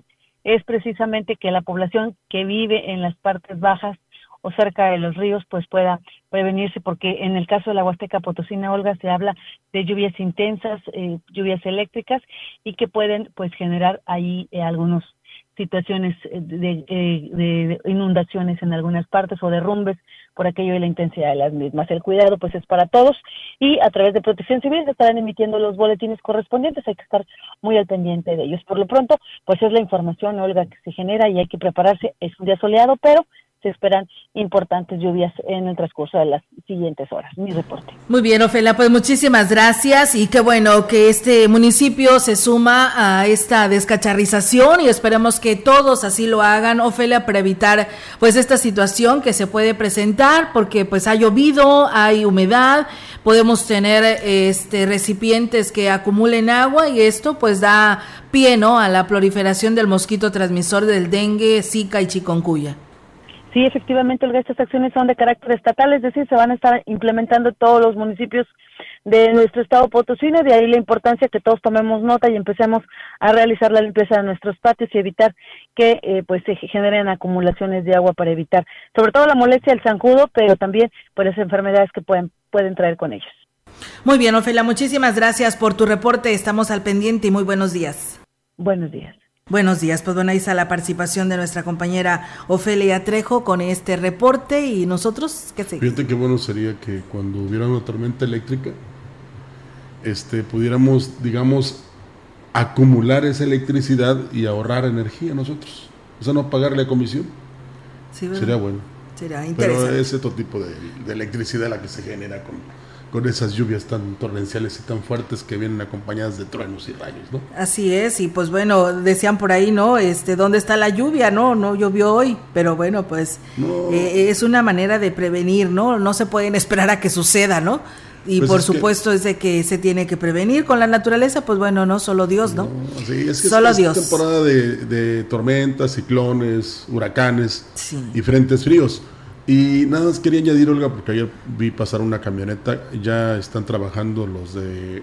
es precisamente que la población que vive en las partes bajas o cerca de los ríos pues pueda prevenirse, porque en el caso de la Huasteca Potosina, Olga, se habla de lluvias intensas, eh, lluvias eléctricas, y que pueden pues generar ahí eh, algunos situaciones de, de, de inundaciones en algunas partes o derrumbes por aquello de la intensidad de las mismas. El cuidado pues es para todos, y a través de Protección Civil se estarán emitiendo los boletines correspondientes, hay que estar muy al pendiente de ellos. Por lo pronto pues es la información, Olga, que se genera, y hay que prepararse. Es un día soleado, pero se esperan importantes lluvias en el transcurso de las siguientes horas. Mi reporte. Muy bien, Ofelia, pues muchísimas gracias, y qué bueno que este municipio se suma a esta descacharrización, y esperemos que todos así lo hagan, Ofelia, para evitar pues esta situación que se puede presentar, porque pues ha llovido, hay humedad, podemos tener este recipientes que acumulen agua, y esto pues da pie, ¿no?, a la proliferación del mosquito transmisor del dengue, zika y chikungunya. Sí, efectivamente, Olga, estas acciones son de carácter estatal, es decir, se van a estar implementando en todos los municipios de nuestro estado potosino, de ahí la importancia que todos tomemos nota y empecemos a realizar la limpieza de nuestros patios y evitar que eh, pues se generen acumulaciones de agua, para evitar sobre todo la molestia del zancudo, pero también por las enfermedades que pueden, pueden traer con ellos. Muy bien, Ofelia, muchísimas gracias por tu reporte, estamos al pendiente y muy buenos días. Buenos días. Buenos días, pues bueno, ahí está la participación de nuestra compañera Ofelia Trejo con este reporte, y nosotros, ¿qué seguimos? Fíjate qué bueno sería que cuando hubiera una tormenta eléctrica, este, pudiéramos, digamos, acumular esa electricidad y ahorrar energía nosotros, o sea, no pagarle a comisión. Sí, ¿verdad? Sería bueno. Sería interesante. Pero es otro tipo de, de electricidad la que se genera con... con esas lluvias tan torrenciales y tan fuertes que vienen acompañadas de truenos y rayos, ¿no? Así es, y pues bueno, decían por ahí, ¿no? Este, ¿dónde está la lluvia? No, no llovió hoy, pero bueno, pues no. eh, es una manera de prevenir, ¿no? No se pueden esperar a que suceda, ¿no? Y pues por es supuesto que, es de que se tiene que prevenir con la naturaleza, pues bueno, no solo Dios, ¿no? no sí, es que solo es, Dios. Es temporada de, de tormentas, ciclones, huracanes, sí, y frentes fríos. Y nada más quería añadir, Olga, porque ayer vi pasar una camioneta, ya están trabajando los de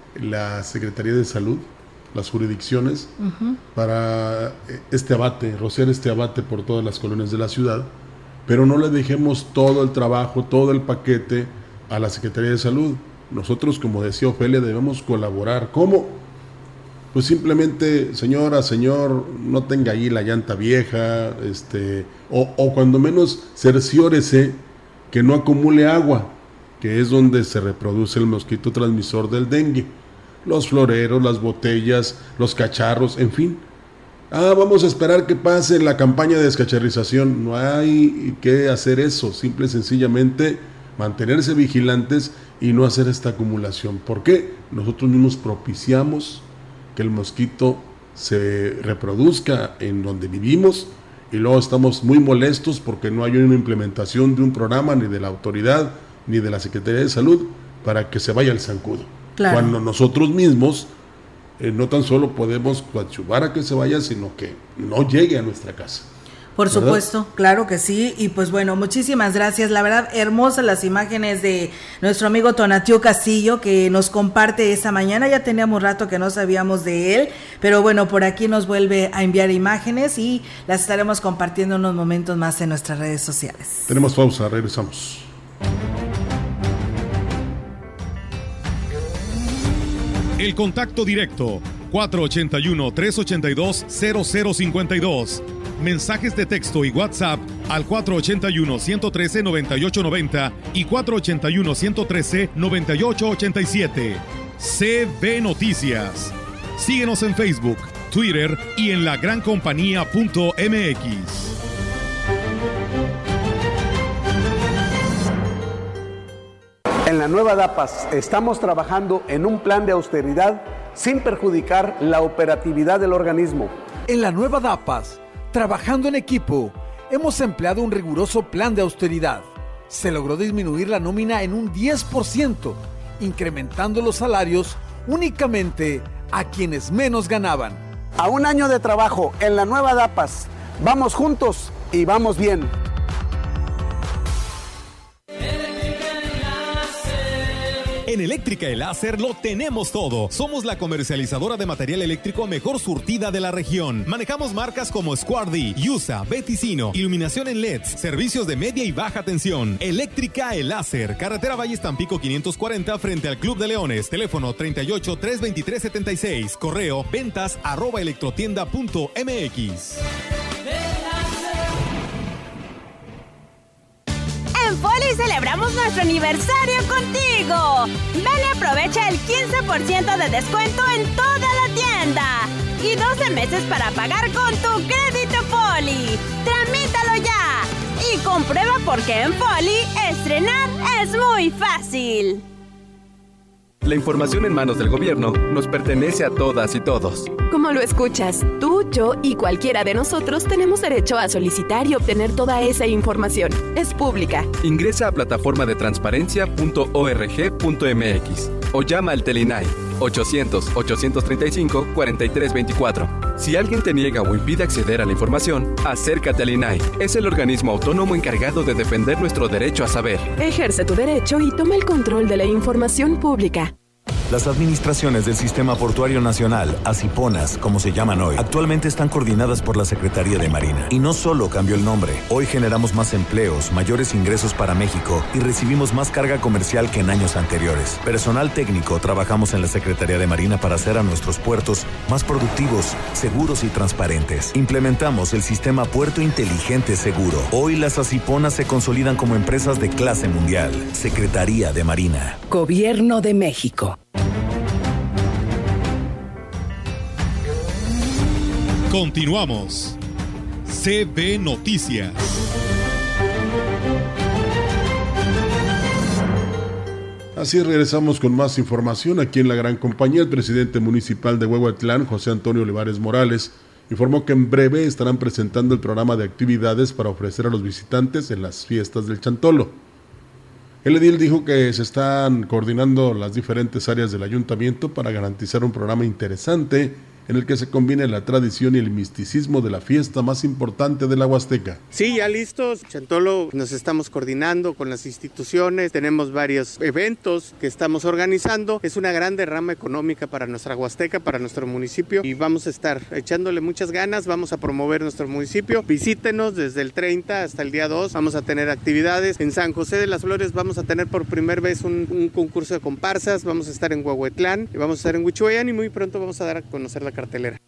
la Secretaría de Salud, las jurisdicciones, uh-huh, para este abate, rociar este abate por todas las colonias de la ciudad, pero no le dejemos todo el trabajo, todo el paquete a la Secretaría de Salud. Nosotros, como decía Ofelia, debemos colaborar. ¿Cómo? Pues simplemente, señora, señor, no tenga ahí la llanta vieja, este, o, o cuando menos cerciórese que no acumule agua, que es donde se reproduce el mosquito transmisor del dengue. Los floreros, las botellas, los cacharros, en fin. Ah, vamos a esperar que pase la campaña de descacharrización. No hay que hacer eso, simple y sencillamente mantenerse vigilantes y no hacer esta acumulación. ¿Por qué? Nosotros mismos propiciamos que el mosquito se reproduzca en donde vivimos, y luego estamos muy molestos porque no hay una implementación de un programa ni de la autoridad ni de la Secretaría de Salud para que se vaya el zancudo. Claro. Cuando nosotros mismos eh, no tan solo podemos coadyuvar a que se vaya, sino que no llegue a nuestra casa. Por ¿verdad? Supuesto, claro que sí, y pues bueno, muchísimas gracias, la verdad, hermosas las imágenes de nuestro amigo Tonatiuh Castillo, que nos comparte esta mañana, ya teníamos rato que no sabíamos de él, pero bueno, por aquí nos vuelve a enviar imágenes y las estaremos compartiendo unos momentos más en nuestras redes sociales. Tenemos pausa, regresamos. El contacto directo, cuatro ochenta y uno, trescientos ochenta y dos, cero cero cincuenta y dos. Mensajes de texto y WhatsApp al cuatro ochenta y uno, ciento trece, noventa y ocho noventa y cuatro ochenta y uno, ciento trece, noventa y ocho ochenta y siete. C B Noticias. Síguenos en Facebook, Twitter y en la gran compañía punto m x. En la nueva DAPAS estamos trabajando en un plan de austeridad sin perjudicar la operatividad del organismo. En la nueva DAPAS, trabajando en equipo, hemos empleado un riguroso plan de austeridad. Se logró disminuir la nómina en un diez por ciento, incrementando los salarios únicamente a quienes menos ganaban. A un año de trabajo en la nueva DAPAS, vamos juntos y vamos bien. En Eléctrica El Láser lo tenemos todo. Somos la comercializadora de material eléctrico mejor surtida de la región. Manejamos marcas como Squardi, Yusa, Beticino, iluminación en L E Ds, servicios de media y baja tensión. Eléctrica El Láser, carretera Valles Tampico quinientos cuarenta frente al Club de Leones. Teléfono treinta y ocho, trescientos veintitrés, setenta y seis. Correo ventas arroba electrotienda punto m x. En Foli celebramos nuestro aniversario contigo. Ven y aprovecha el quince por ciento de descuento en toda la tienda. Y doce meses para pagar con tu crédito Foli. Tramítalo ya. Y comprueba por qué en Foli estrenar es muy fácil. La información en manos del gobierno nos pertenece a todas y todos. Como lo escuchas, tú, yo y cualquiera de nosotros tenemos derecho a solicitar y obtener toda esa información. Es pública. Ingresa a plataforma de transparencia punto org punto m x o llama al Telinai ochocientos, ochocientos treinta y cinco, cuarenta y tres veinticuatro. Si alguien te niega o impide acceder a la información, acércate al I N A I. Es el organismo autónomo encargado de defender nuestro derecho a saber. Ejerce tu derecho y toma el control de la información pública. Las administraciones del Sistema Portuario Nacional, ASIPONAS, como se llaman hoy, actualmente están coordinadas por la Secretaría de Marina. Y no solo cambió el nombre, hoy generamos más empleos, mayores ingresos para México y recibimos más carga comercial que en años anteriores. Personal técnico, trabajamos en la Secretaría de Marina para hacer a nuestros puertos más productivos, seguros y transparentes. Implementamos el Sistema Puerto Inteligente Seguro. Hoy las ASIPONAS se consolidan como empresas de clase mundial. Secretaría de Marina. Gobierno de México. Continuamos. C B Noticias. Así regresamos con más información aquí en la gran compañía. El presidente municipal de Huehuetlán, José Antonio Olivares Morales, informó que en breve estarán presentando el programa de actividades para ofrecer a los visitantes en las fiestas del Chantolo. El edil dijo que se están coordinando las diferentes áreas del ayuntamiento para garantizar un programa interesante en el que se combine la tradición y el misticismo de la fiesta más importante de la Huasteca. Sí, ya listos. Chantolo, nos estamos coordinando con las instituciones, tenemos varios eventos que estamos organizando. Es una gran derrama económica para nuestra Huasteca, para nuestro municipio, y vamos a estar echándole muchas ganas, vamos a promover nuestro municipio. Visítenos desde el treinta hasta el día dos, vamos a tener actividades. En San José de las Flores vamos a tener por primera vez un, un concurso de comparsas, vamos a estar en Huehuetlán, vamos a estar en Huichuayán y muy pronto vamos a dar a conocer la cartelera.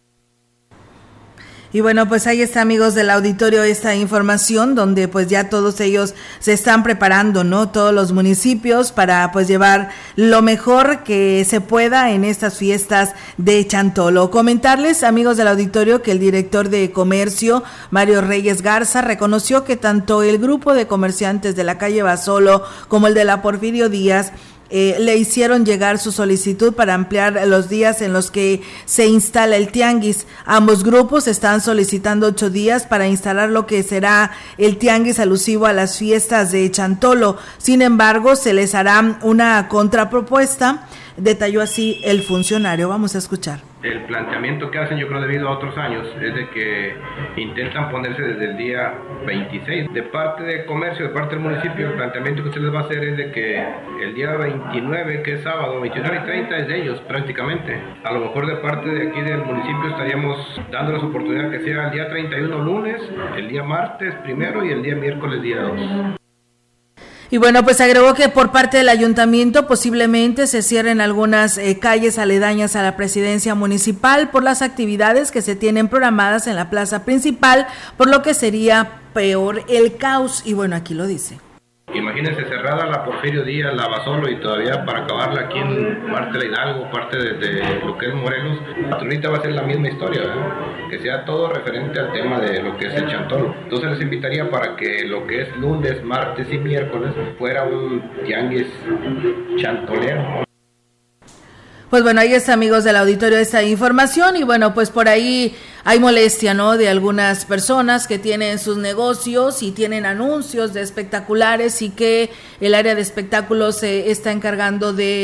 Y bueno, pues ahí está, amigos del auditorio, esta información donde pues ya todos ellos se están preparando, ¿no? Todos los municipios para pues llevar lo mejor que se pueda en estas fiestas de Chantolo. Comentarles, amigos del auditorio, que el director de comercio, Mario Reyes Garza, reconoció que tanto el grupo de comerciantes de la calle Basolo como el de la Porfirio Díaz Eh, le hicieron llegar su solicitud para ampliar los días en los que se instala el tianguis. Ambos grupos están solicitando ocho días para instalar lo que será el tianguis alusivo a las fiestas de Chantolo. Sin embargo, se les hará una contrapropuesta, detalló así el funcionario. Vamos a escuchar. El planteamiento que hacen, yo creo debido a otros años, es de que intentan ponerse desde el día veintiséis. De parte de comercio, de parte del municipio, el planteamiento que se les va a hacer es de que el día veintinueve, que es sábado, veintinueve y treinta es de ellos prácticamente. A lo mejor de parte de aquí del municipio estaríamos dándoles oportunidad que sea el día treinta y uno lunes, el día martes primero y el día miércoles día dos. Y bueno, pues agregó que por parte del ayuntamiento posiblemente se cierren algunas eh, calles aledañas a la presidencia municipal por las actividades que se tienen programadas en la plaza principal, por lo que sería peor el caos. Y bueno, aquí lo dice. Imagínense cerrada la Porfirio Díaz, la Basolo, y todavía para acabarla aquí en parte de Hidalgo, parte de, de lo que es Morelos, ahorita va a ser la misma historia, ¿verdad? Que sea todo referente al tema de lo que es el Chantolo. Entonces les invitaría para que lo que es lunes, martes y miércoles fuera un tianguis chantolero. Pues bueno, ahí está, amigos del auditorio, esta información. Y bueno, pues por ahí hay molestia, ¿no?, de algunas personas que tienen sus negocios y tienen anuncios de espectaculares y que el área de espectáculos se está encargando de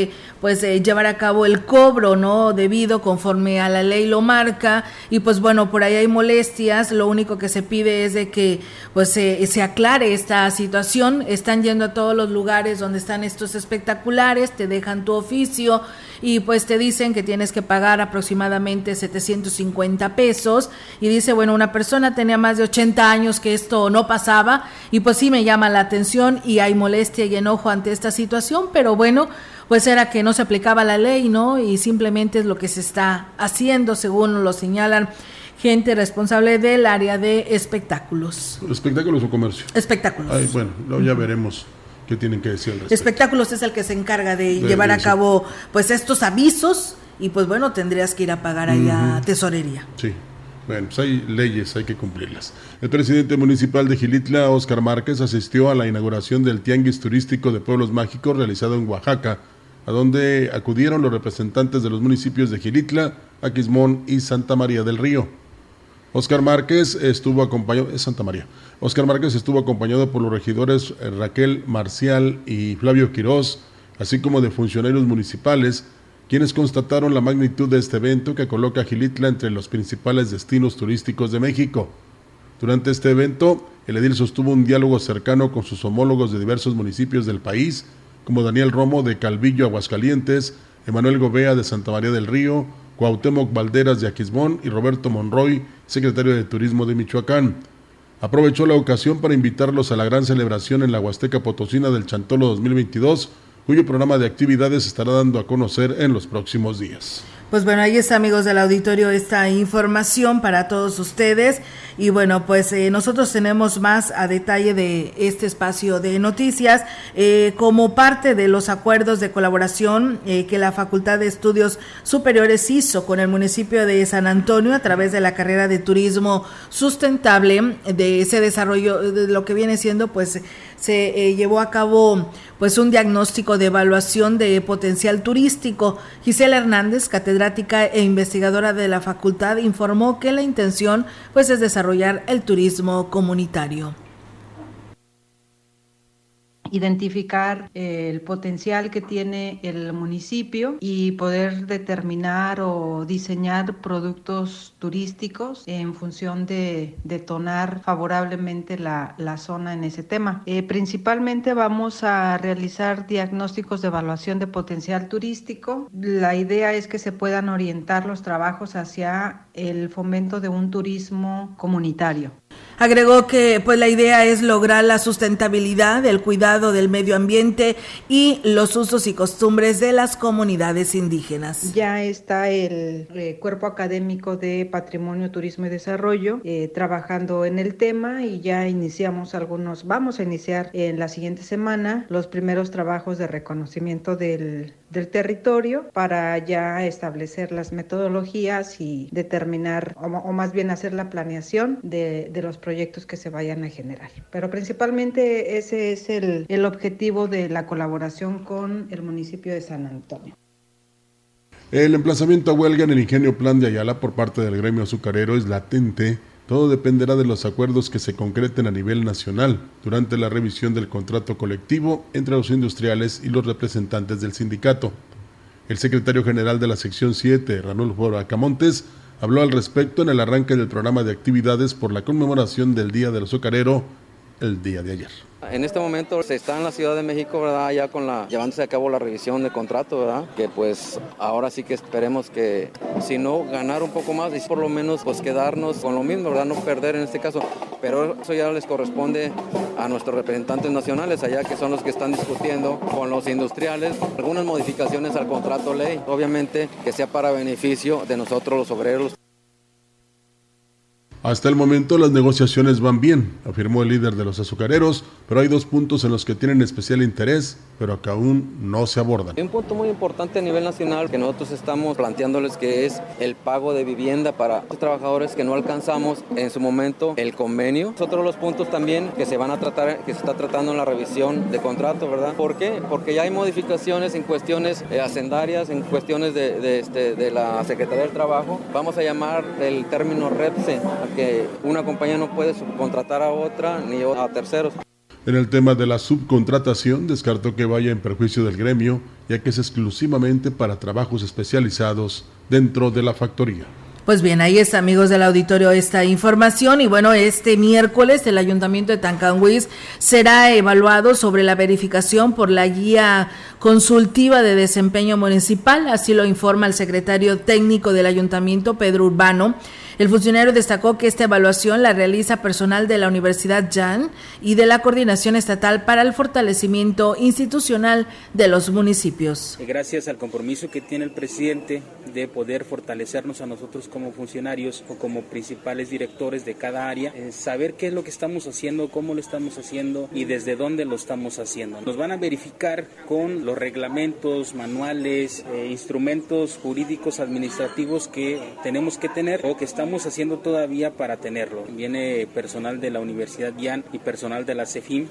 pues eh, llevar a cabo el cobro, ¿no?, debido conforme a la ley lo marca, y pues bueno, por ahí hay molestias. Lo único que se pide es de que pues eh, se aclare esta situación. Están yendo a todos los lugares donde están estos espectaculares, te dejan tu oficio y pues te dicen que tienes que pagar aproximadamente setecientos cincuenta pesos, y dice, bueno, una persona tenía más de ochenta años que esto no pasaba, y pues sí me llama la atención y hay molestia y enojo ante esta situación, pero bueno, pues era que no se aplicaba la ley, ¿no? Y simplemente es lo que se está haciendo, según lo señalan gente responsable del área de espectáculos. ¿Espectáculos o comercio? Espectáculos. Ay, bueno, luego ya veremos qué tienen que decir al respecto. Espectáculos es el que se encarga de, de llevar de a cabo pues estos avisos, y pues bueno, tendrías que ir a pagar allá uh-huh. tesorería. Sí. Bueno, pues hay leyes, hay que cumplirlas. El presidente municipal de Xilitla, Óscar Márquez, asistió a la inauguración del Tianguis Turístico de Pueblos Mágicos realizado en Oaxaca, a donde acudieron los representantes de los municipios de Xilitla, Aquismón y Santa María del Río. Óscar Márquez estuvo acompañado, es Santa María. Óscar Márquez estuvo acompañado por los regidores Raquel Marcial y Flavio Quirós, así como de funcionarios municipales, quienes constataron la magnitud de este evento que coloca a Xilitla entre los principales destinos turísticos de México. Durante este evento, el edil sostuvo un diálogo cercano con sus homólogos de diversos municipios del país, como Daniel Romo de Calvillo, Aguascalientes, Emanuel Gobea de Santa María del Río, Cuauhtémoc Valderas de Aquismón y Roberto Monroy, secretario de Turismo de Michoacán. Aprovechó la ocasión para invitarlos a la gran celebración en la Huasteca Potosina del Chantolo dos mil veintidós, cuyo programa de actividades se estará dando a conocer en los próximos días. Pues bueno, ahí está, amigos del auditorio, esta información para todos ustedes. Y bueno, pues eh, nosotros tenemos más a detalle de este espacio de noticias. Eh, como parte de los acuerdos de colaboración eh, que la Facultad de Estudios Superiores hizo con el municipio de San Antonio a través de la carrera de Turismo Sustentable, de ese desarrollo, de lo que viene siendo, pues se eh, llevó a cabo pues un diagnóstico de evaluación de potencial turístico. Gisela Hernández, catedrática e investigadora de la facultad, informó que la intención pues es desarrollar el turismo comunitario. Identificar el potencial que tiene el municipio y poder determinar o diseñar productos turísticos en función de detonar favorablemente la, la zona en ese tema. Eh, principalmente vamos a realizar diagnósticos de evaluación de potencial turístico. La idea es que se puedan orientar los trabajos hacia el fomento de un turismo comunitario. Agregó que pues la idea es lograr la sustentabilidad, el cuidado del medio ambiente y los usos y costumbres de las comunidades indígenas. Ya está el eh, Cuerpo Académico de Patrimonio, Turismo y Desarrollo eh, trabajando en el tema, y ya iniciamos algunos, vamos a iniciar en la siguiente semana los primeros trabajos de reconocimiento del, del territorio para ya establecer las metodologías y determinar, o, o más bien hacer la planeación de, de los proyectos que se vayan a generar. Pero principalmente ese es el, el objetivo de la colaboración con el municipio de San Antonio. El emplazamiento a huelga en el Ingenio Plan de Ayala por parte del gremio azucarero es latente. Todo dependerá de los acuerdos que se concreten a nivel nacional durante la revisión del contrato colectivo entre los industriales y los representantes del sindicato. El secretario general de la sección siete, Ranulfo Bracamontes, habló al respecto en el arranque del programa de actividades por la conmemoración del Día del Azucarero el día de ayer. En este momento se está en la Ciudad de México, ¿verdad? Ya con la, llevándose a cabo la revisión de contrato, ¿verdad? Que pues ahora sí que esperemos que, si no, ganar un poco más y por lo menos pues quedarnos con lo mismo, ¿verdad? No perder en este caso. Pero eso ya les corresponde a nuestros representantes nacionales, allá que son los que están discutiendo con los industriales algunas modificaciones al contrato ley, obviamente que sea para beneficio de nosotros los obreros. Hasta el momento las negociaciones van bien, afirmó el líder de los azucareros, pero hay dos puntos en los que tienen especial interés, pero que aún no se abordan. Hay un punto muy importante a nivel nacional que nosotros estamos planteándoles, que es el pago de vivienda para los trabajadores que no alcanzamos en su momento el convenio. Otro de los puntos también que se van a tratar, que se está tratando en la revisión de contrato, ¿verdad? ¿Por qué? Porque ya hay modificaciones en cuestiones eh, hacendarias, en cuestiones de, de, este, de la Secretaría del Trabajo. Vamos a llamar el término REPSE, que una compañía no puede subcontratar a otra ni a terceros. En el tema de la subcontratación, descartó que vaya en perjuicio del gremio, ya que es exclusivamente para trabajos especializados dentro de la factoría. Pues bien, ahí está, amigos del auditorio, esta información. Y bueno, este miércoles el Ayuntamiento de Tancanwitz será evaluado sobre la verificación por la guía consultiva de desempeño municipal, así lo informa el secretario técnico del Ayuntamiento, Pedro Urbano. El funcionario destacó que esta evaluación la realiza personal de la Universidad Jan y de la Coordinación Estatal para el Fortalecimiento Institucional de los Municipios. Gracias al compromiso que tiene el presidente de poder fortalecernos a nosotros como funcionarios o como principales directores de cada área, eh, saber qué es lo que estamos haciendo, cómo lo estamos haciendo y desde dónde lo estamos haciendo. Nos van a verificar con los reglamentos, manuales, eh, instrumentos jurídicos administrativos que tenemos que tener o que estamos Estamos haciendo todavía para tenerlo. Viene personal de la Universidad Yan y personal de la CEFIM.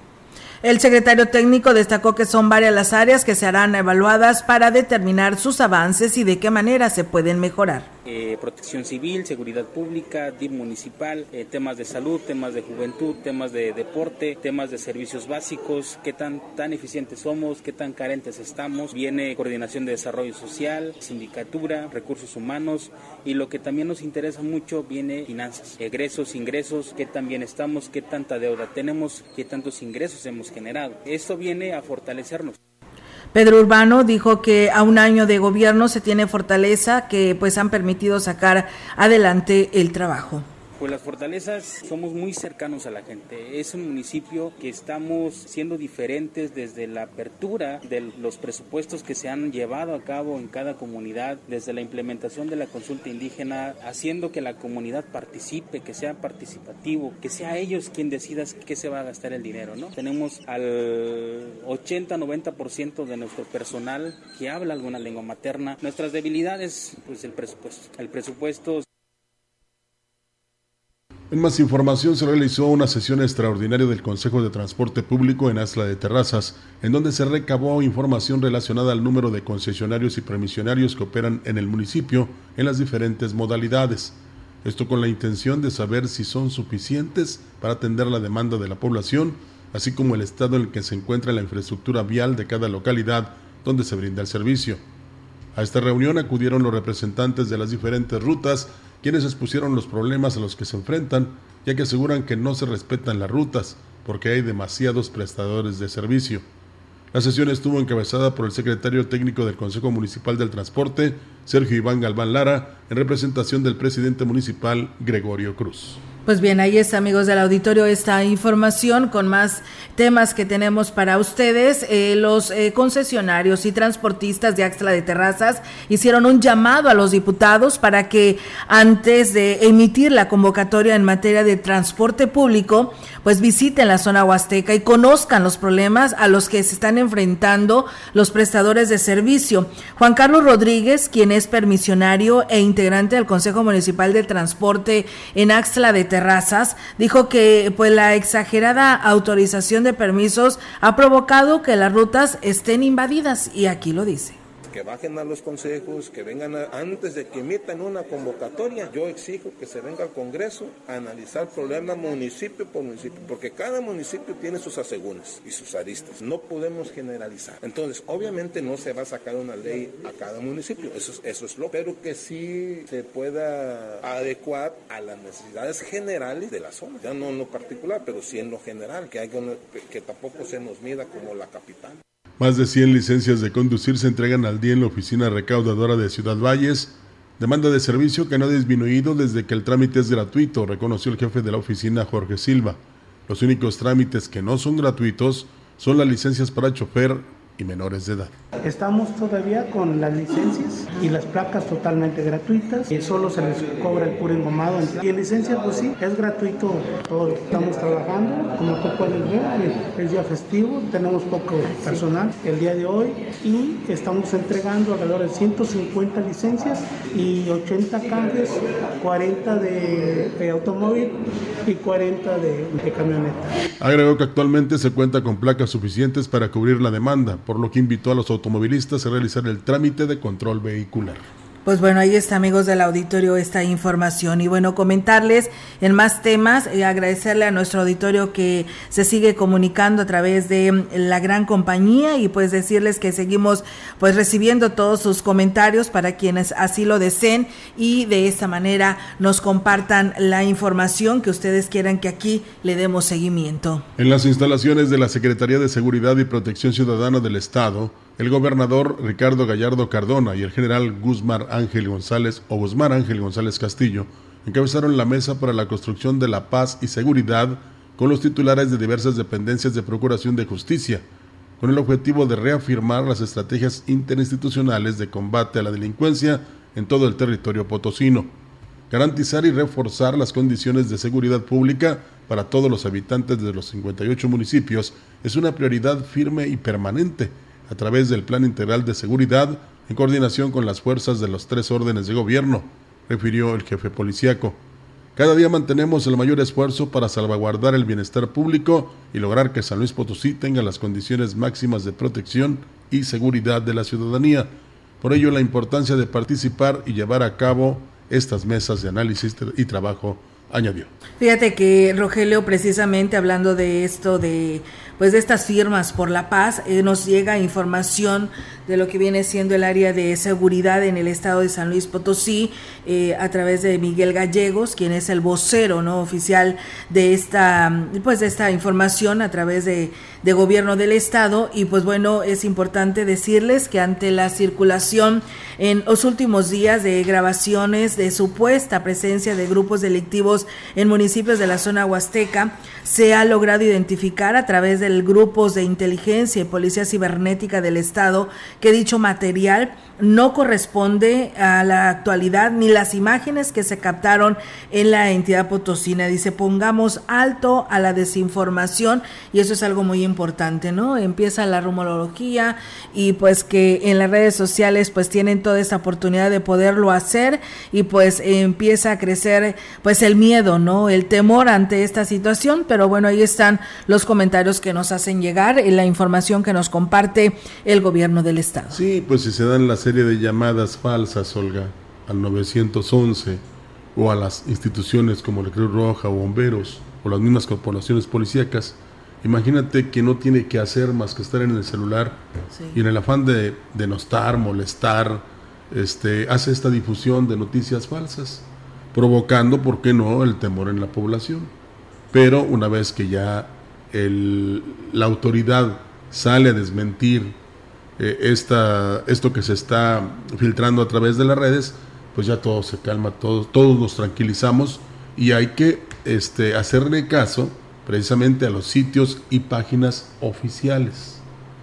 El secretario técnico destacó que son varias las áreas que serán evaluadas para determinar sus avances y de qué manera se pueden mejorar. Eh, protección civil, seguridad pública, D I F municipal, eh, temas de salud, temas de juventud, temas de deporte, temas de servicios básicos, qué tan, tan eficientes somos, qué tan carentes estamos. Viene coordinación de desarrollo social, sindicatura, recursos humanos y lo que también nos interesa mucho viene finanzas, egresos, ingresos, qué tan bien estamos, qué tanta deuda tenemos, qué tantos ingresos hemos generado. Esto viene a fortalecernos. Pedro Urbano dijo que a un año de gobierno se tiene fortaleza que pues han permitido sacar adelante el trabajo. Pues las fortalezas, somos muy cercanos a la gente. Es un municipio que estamos siendo diferentes desde la apertura de los presupuestos que se han llevado a cabo en cada comunidad, desde la implementación de la consulta indígena, haciendo que la comunidad participe, que sea participativo, que sea ellos quien decida qué se va a gastar el dinero, ¿no? Tenemos al ochenta a noventa por ciento de nuestro personal que habla alguna lengua materna. Nuestras debilidades, pues el presupuesto. El presupuesto. En más información, se realizó una sesión extraordinaria del Consejo de Transporte Público en Axtla de Terrazas, en donde se recabó información relacionada al número de concesionarios y permisionarios que operan en el municipio en las diferentes modalidades. Esto con la intención de saber si son suficientes para atender la demanda de la población, así como el estado en el que se encuentra la infraestructura vial de cada localidad donde se brinda el servicio. A esta reunión acudieron los representantes de las diferentes rutas, quienes expusieron los problemas a los que se enfrentan, ya que aseguran que no se respetan las rutas, porque hay demasiados prestadores de servicio. La sesión estuvo encabezada por el secretario técnico del Consejo Municipal del Transporte, Sergio Iván Galván Lara, en representación del presidente municipal, Gregorio Cruz. Pues bien, ahí está, amigos del auditorio, esta información con más temas que tenemos para ustedes. Eh, los eh, concesionarios y transportistas de Axtla de Terrazas hicieron un llamado a los diputados para que antes de emitir la convocatoria en materia de transporte público, pues visiten la zona huasteca y conozcan los problemas a los que se están enfrentando los prestadores de servicio. Juan Carlos Rodríguez, quien es permisionario e integrante del Consejo Municipal de Transporte en Axtla de Terrazas, Terrazas, dijo que pues la exagerada autorización de permisos ha provocado que las rutas estén invadidas y aquí lo dice. Que bajen a los consejos, que vengan a, antes de que emitan una convocatoria. Yo exijo que se venga al Congreso a analizar problemas municipio por municipio, porque cada municipio tiene sus asegúnes y sus aristas. No podemos generalizar. Entonces, obviamente no se va a sacar una ley a cada municipio, eso, eso es lo, pero que sí se pueda adecuar a las necesidades generales de la zona. Ya no en lo particular, pero sí en lo general, que, haya una, que tampoco se nos mida como la capital. Más de cien licencias de conducir se entregan al día en la oficina recaudadora de Ciudad Valles, demanda de servicio que no ha disminuido desde que el trámite es gratuito, reconoció el jefe de la oficina, Jorge Silva. Los únicos trámites que no son gratuitos son las licencias para chofer y menores de edad. Estamos todavía con las licencias y las placas totalmente gratuitas, y solo se les cobra el puro engomado. Y en licencia, pues sí, es gratuito todo. Estamos trabajando, como tú puedes ver, es día festivo, tenemos poco personal el día de hoy y estamos entregando alrededor de ciento cincuenta licencias y ochenta cambios, cuarenta de, de automóvil y cuarenta de, de camioneta. Agregó que actualmente se cuenta con placas suficientes para cubrir la demanda, por lo que invitó a los automovilistas a realizar el trámite de control vehicular. Pues bueno, ahí está, amigos del auditorio, esta información. Y bueno, comentarles en más temas, eh, agradecerle a nuestro auditorio que se sigue comunicando a través de la gran compañía y pues decirles que seguimos pues recibiendo todos sus comentarios para quienes así lo deseen y de esta manera nos compartan la información que ustedes quieran que aquí le demos seguimiento. En las instalaciones de la Secretaría de Seguridad y Protección Ciudadana del Estado, el gobernador Ricardo Gallardo Cardona y el general Guzmán Ángel González o Guzmán Ángel González Castillo encabezaron la mesa para la construcción de la paz y seguridad con los titulares de diversas dependencias de Procuración de Justicia, con el objetivo de reafirmar las estrategias interinstitucionales de combate a la delincuencia en todo el territorio potosino, garantizar y reforzar las condiciones de seguridad pública para todos los habitantes de los cincuenta y ocho municipios es una prioridad firme y permanente a través del Plan Integral de Seguridad en coordinación con las fuerzas de los tres órdenes de gobierno, refirió el jefe policíaco. Cada día mantenemos el mayor esfuerzo para salvaguardar el bienestar público y lograr que San Luis Potosí tenga las condiciones máximas de protección y seguridad de la ciudadanía. Por ello, la importancia de participar y llevar a cabo estas mesas de análisis y trabajo, añadió. Fíjate que Rogelio, precisamente hablando de esto, de pues de estas firmas por la paz, eh, nos llega información de lo que viene siendo el área de seguridad en el estado de San Luis Potosí, eh, a través de Miguel Gallegos, quien es el vocero no oficial de esta pues de esta información a través de, de gobierno del estado. Y pues bueno, es importante decirles que ante la circulación en los últimos días de grabaciones de supuesta presencia de grupos delictivos en municipios de la zona huasteca, se ha logrado identificar a través de grupos de inteligencia y policía cibernética del estado que dicho material no corresponde a la actualidad ni las imágenes que se captaron en la entidad potosina. Dice, pongamos alto a la desinformación, y eso es algo muy importante, ¿no? Empieza la rumorología y pues que en las redes sociales pues tienen toda esta oportunidad de poderlo hacer y pues eh, empieza a crecer pues el miedo, ¿no? El temor ante esta situación, pero bueno, ahí están los comentarios que nos hacen llegar y la información que nos comparte el gobierno del estado. Sí, pues si se dan la serie de llamadas falsas, Olga, al nueve once o a las instituciones como la Cruz Roja o bomberos o las mismas corporaciones policíacas, imagínate que no tiene que hacer más que estar en el celular, sí, y en el afán de denostar, molestar, este, hace esta difusión de noticias falsas, provocando, ¿por qué no?, el temor en la población. Pero una vez que ya el, la autoridad sale a desmentir eh, esta, esto que se está filtrando a través de las redes, pues ya todo se calma, todos, todos nos tranquilizamos y hay que este, hacerle caso precisamente a los sitios y páginas oficiales.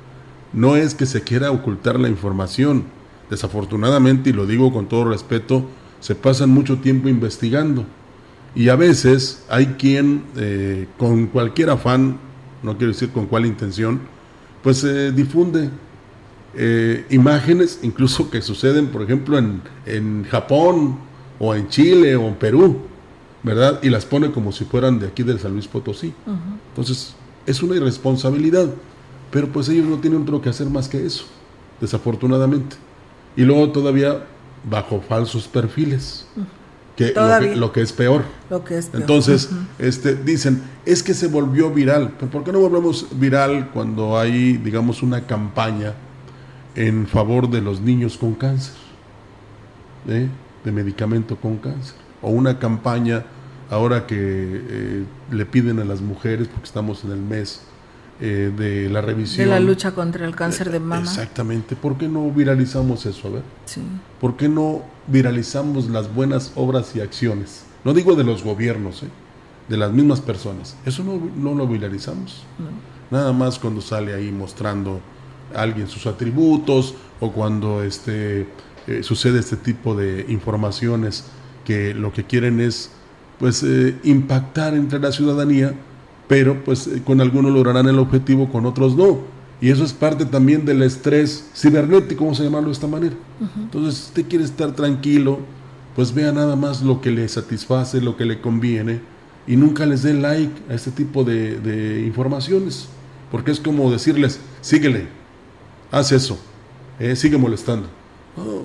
No es que se quiera ocultar la información, desafortunadamente, y lo digo con todo respeto, se pasan mucho tiempo investigando y a veces hay quien eh, con cualquier afán, no quiero decir con cuál intención, pues eh, difunde eh, imágenes incluso que suceden, por ejemplo, en, en Japón o en Chile o en Perú, ¿verdad? Y las pone como si fueran de aquí de San Luis Potosí. Uh-huh. Entonces, es una irresponsabilidad, pero pues ellos no tienen otro que hacer más que eso, desafortunadamente. Y luego todavía bajo falsos perfiles, uh-huh, que lo, que lo que es peor. Lo que es peor. Entonces, uh-huh, este, dicen, es que se volvió viral. ¿Pero por qué no volvemos viral cuando hay, digamos, una campaña en favor de los niños con cáncer, ¿eh? de medicamento con cáncer? O una campaña ahora que eh, le piden a las mujeres, porque estamos en el mes eh, de la revisión. De la lucha contra el cáncer de mama. Exactamente. ¿Por qué no viralizamos eso? A ver. Sí. ¿Por qué no viralizamos las buenas obras y acciones? No digo de los gobiernos, ¿eh? de las mismas personas. Eso no, no lo viralizamos. No. Nada más cuando sale ahí mostrando a alguien sus atributos o cuando este, eh, sucede este tipo de informaciones que lo que quieren es pues eh, impactar entre la ciudadanía, pero pues eh, con algunos lograrán el objetivo, con otros no, y eso es parte también del estrés cibernético, vamos a llamarlo de esta manera. Uh-huh. Entonces, si usted quiere estar tranquilo, pues vea nada más lo que le satisface, lo que le conviene, y nunca les dé like a este tipo de, de informaciones, porque es como decirles, síguele, haz eso, eh, sigue molestando. Oh,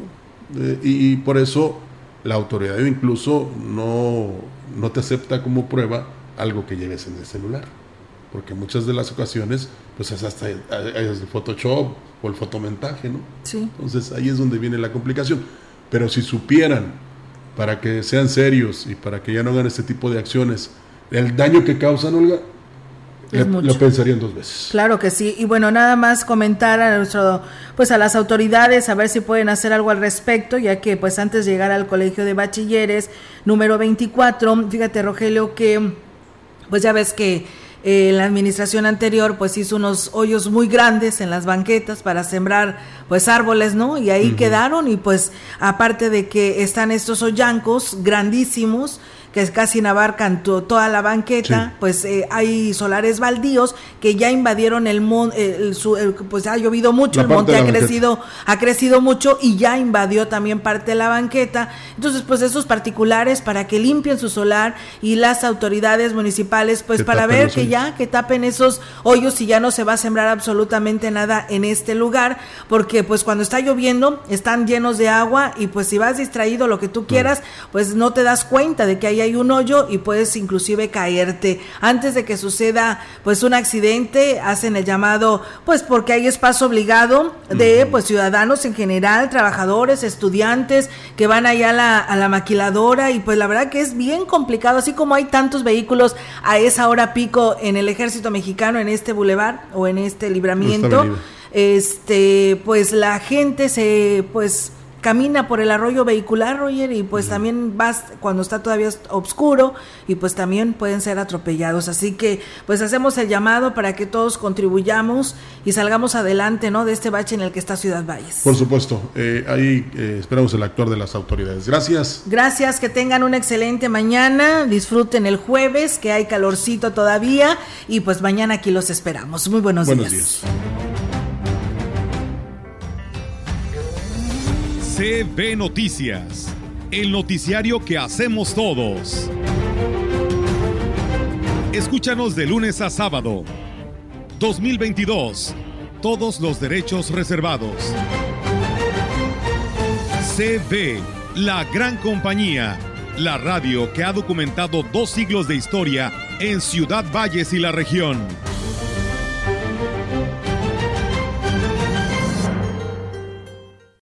Eh, y, y por eso la autoridad incluso no, no te acepta como prueba algo que lleves en el celular. Porque muchas de las ocasiones, pues es hasta es el Photoshop o el fotomontaje, ¿no? Sí. Entonces ahí es donde viene la complicación. Pero si supieran, para que sean serios y para que ya no hagan este tipo de acciones, el daño que causan, Olga, le, lo pensarían dos veces. Claro que sí. Y bueno, nada más comentar a nuestro, pues a las autoridades, a ver si pueden hacer algo al respecto, ya que pues antes de llegar al colegio de bachilleres número veinticuatro, fíjate, Rogelio, que pues ya ves que Eh, la administración anterior pues hizo unos hoyos muy grandes en las banquetas para sembrar pues árboles, ¿no? Y ahí uh-huh. quedaron, y pues aparte de que están estos hoyancos grandísimos que casi abarcan to- toda la banqueta, sí. pues eh, hay solares baldíos que ya invadieron el monte, el, el, pues ha llovido mucho, la el monte ha crecido, banqueta. ha crecido mucho y ya invadió también parte de la banqueta. Entonces pues esos particulares para que limpien su solar, y las autoridades municipales pues que para ver que ya, que tapen esos hoyos y ya no se va a sembrar absolutamente nada en este lugar, porque pues cuando está lloviendo están llenos de agua y pues si vas distraído lo que tú quieras, no. pues no te das cuenta de que ahí hay un hoyo y puedes inclusive caerte. Antes de que suceda pues un accidente, hacen el llamado pues porque hay espacio obligado de uh-huh. pues ciudadanos en general, trabajadores, estudiantes que van allá a la, a la maquiladora, y pues la verdad que es bien complicado, así como hay tantos vehículos a esa hora pico en el Ejército Mexicano, en este bulevar o en este libramiento, este pues la gente se pues camina por el arroyo vehicular, Roger, y pues uh-huh. también vas cuando está todavía oscuro, y pues también pueden ser atropellados. Así que pues hacemos el llamado para que todos contribuyamos y salgamos adelante, ¿no?, de este bache en el que está Ciudad Valles. Por supuesto, eh, ahí eh, esperamos el actuar de las autoridades. Gracias. Gracias, que tengan una excelente mañana, disfruten el jueves, que hay calorcito todavía, y pues mañana aquí los esperamos. Muy buenos, buenos días. días. C B Noticias, el noticiario que hacemos todos. Escúchanos de lunes a sábado. dos mil veintidós, todos los derechos reservados. C B, la gran compañía, la radio que ha documentado dos siglos de historia en Ciudad Valles y la región.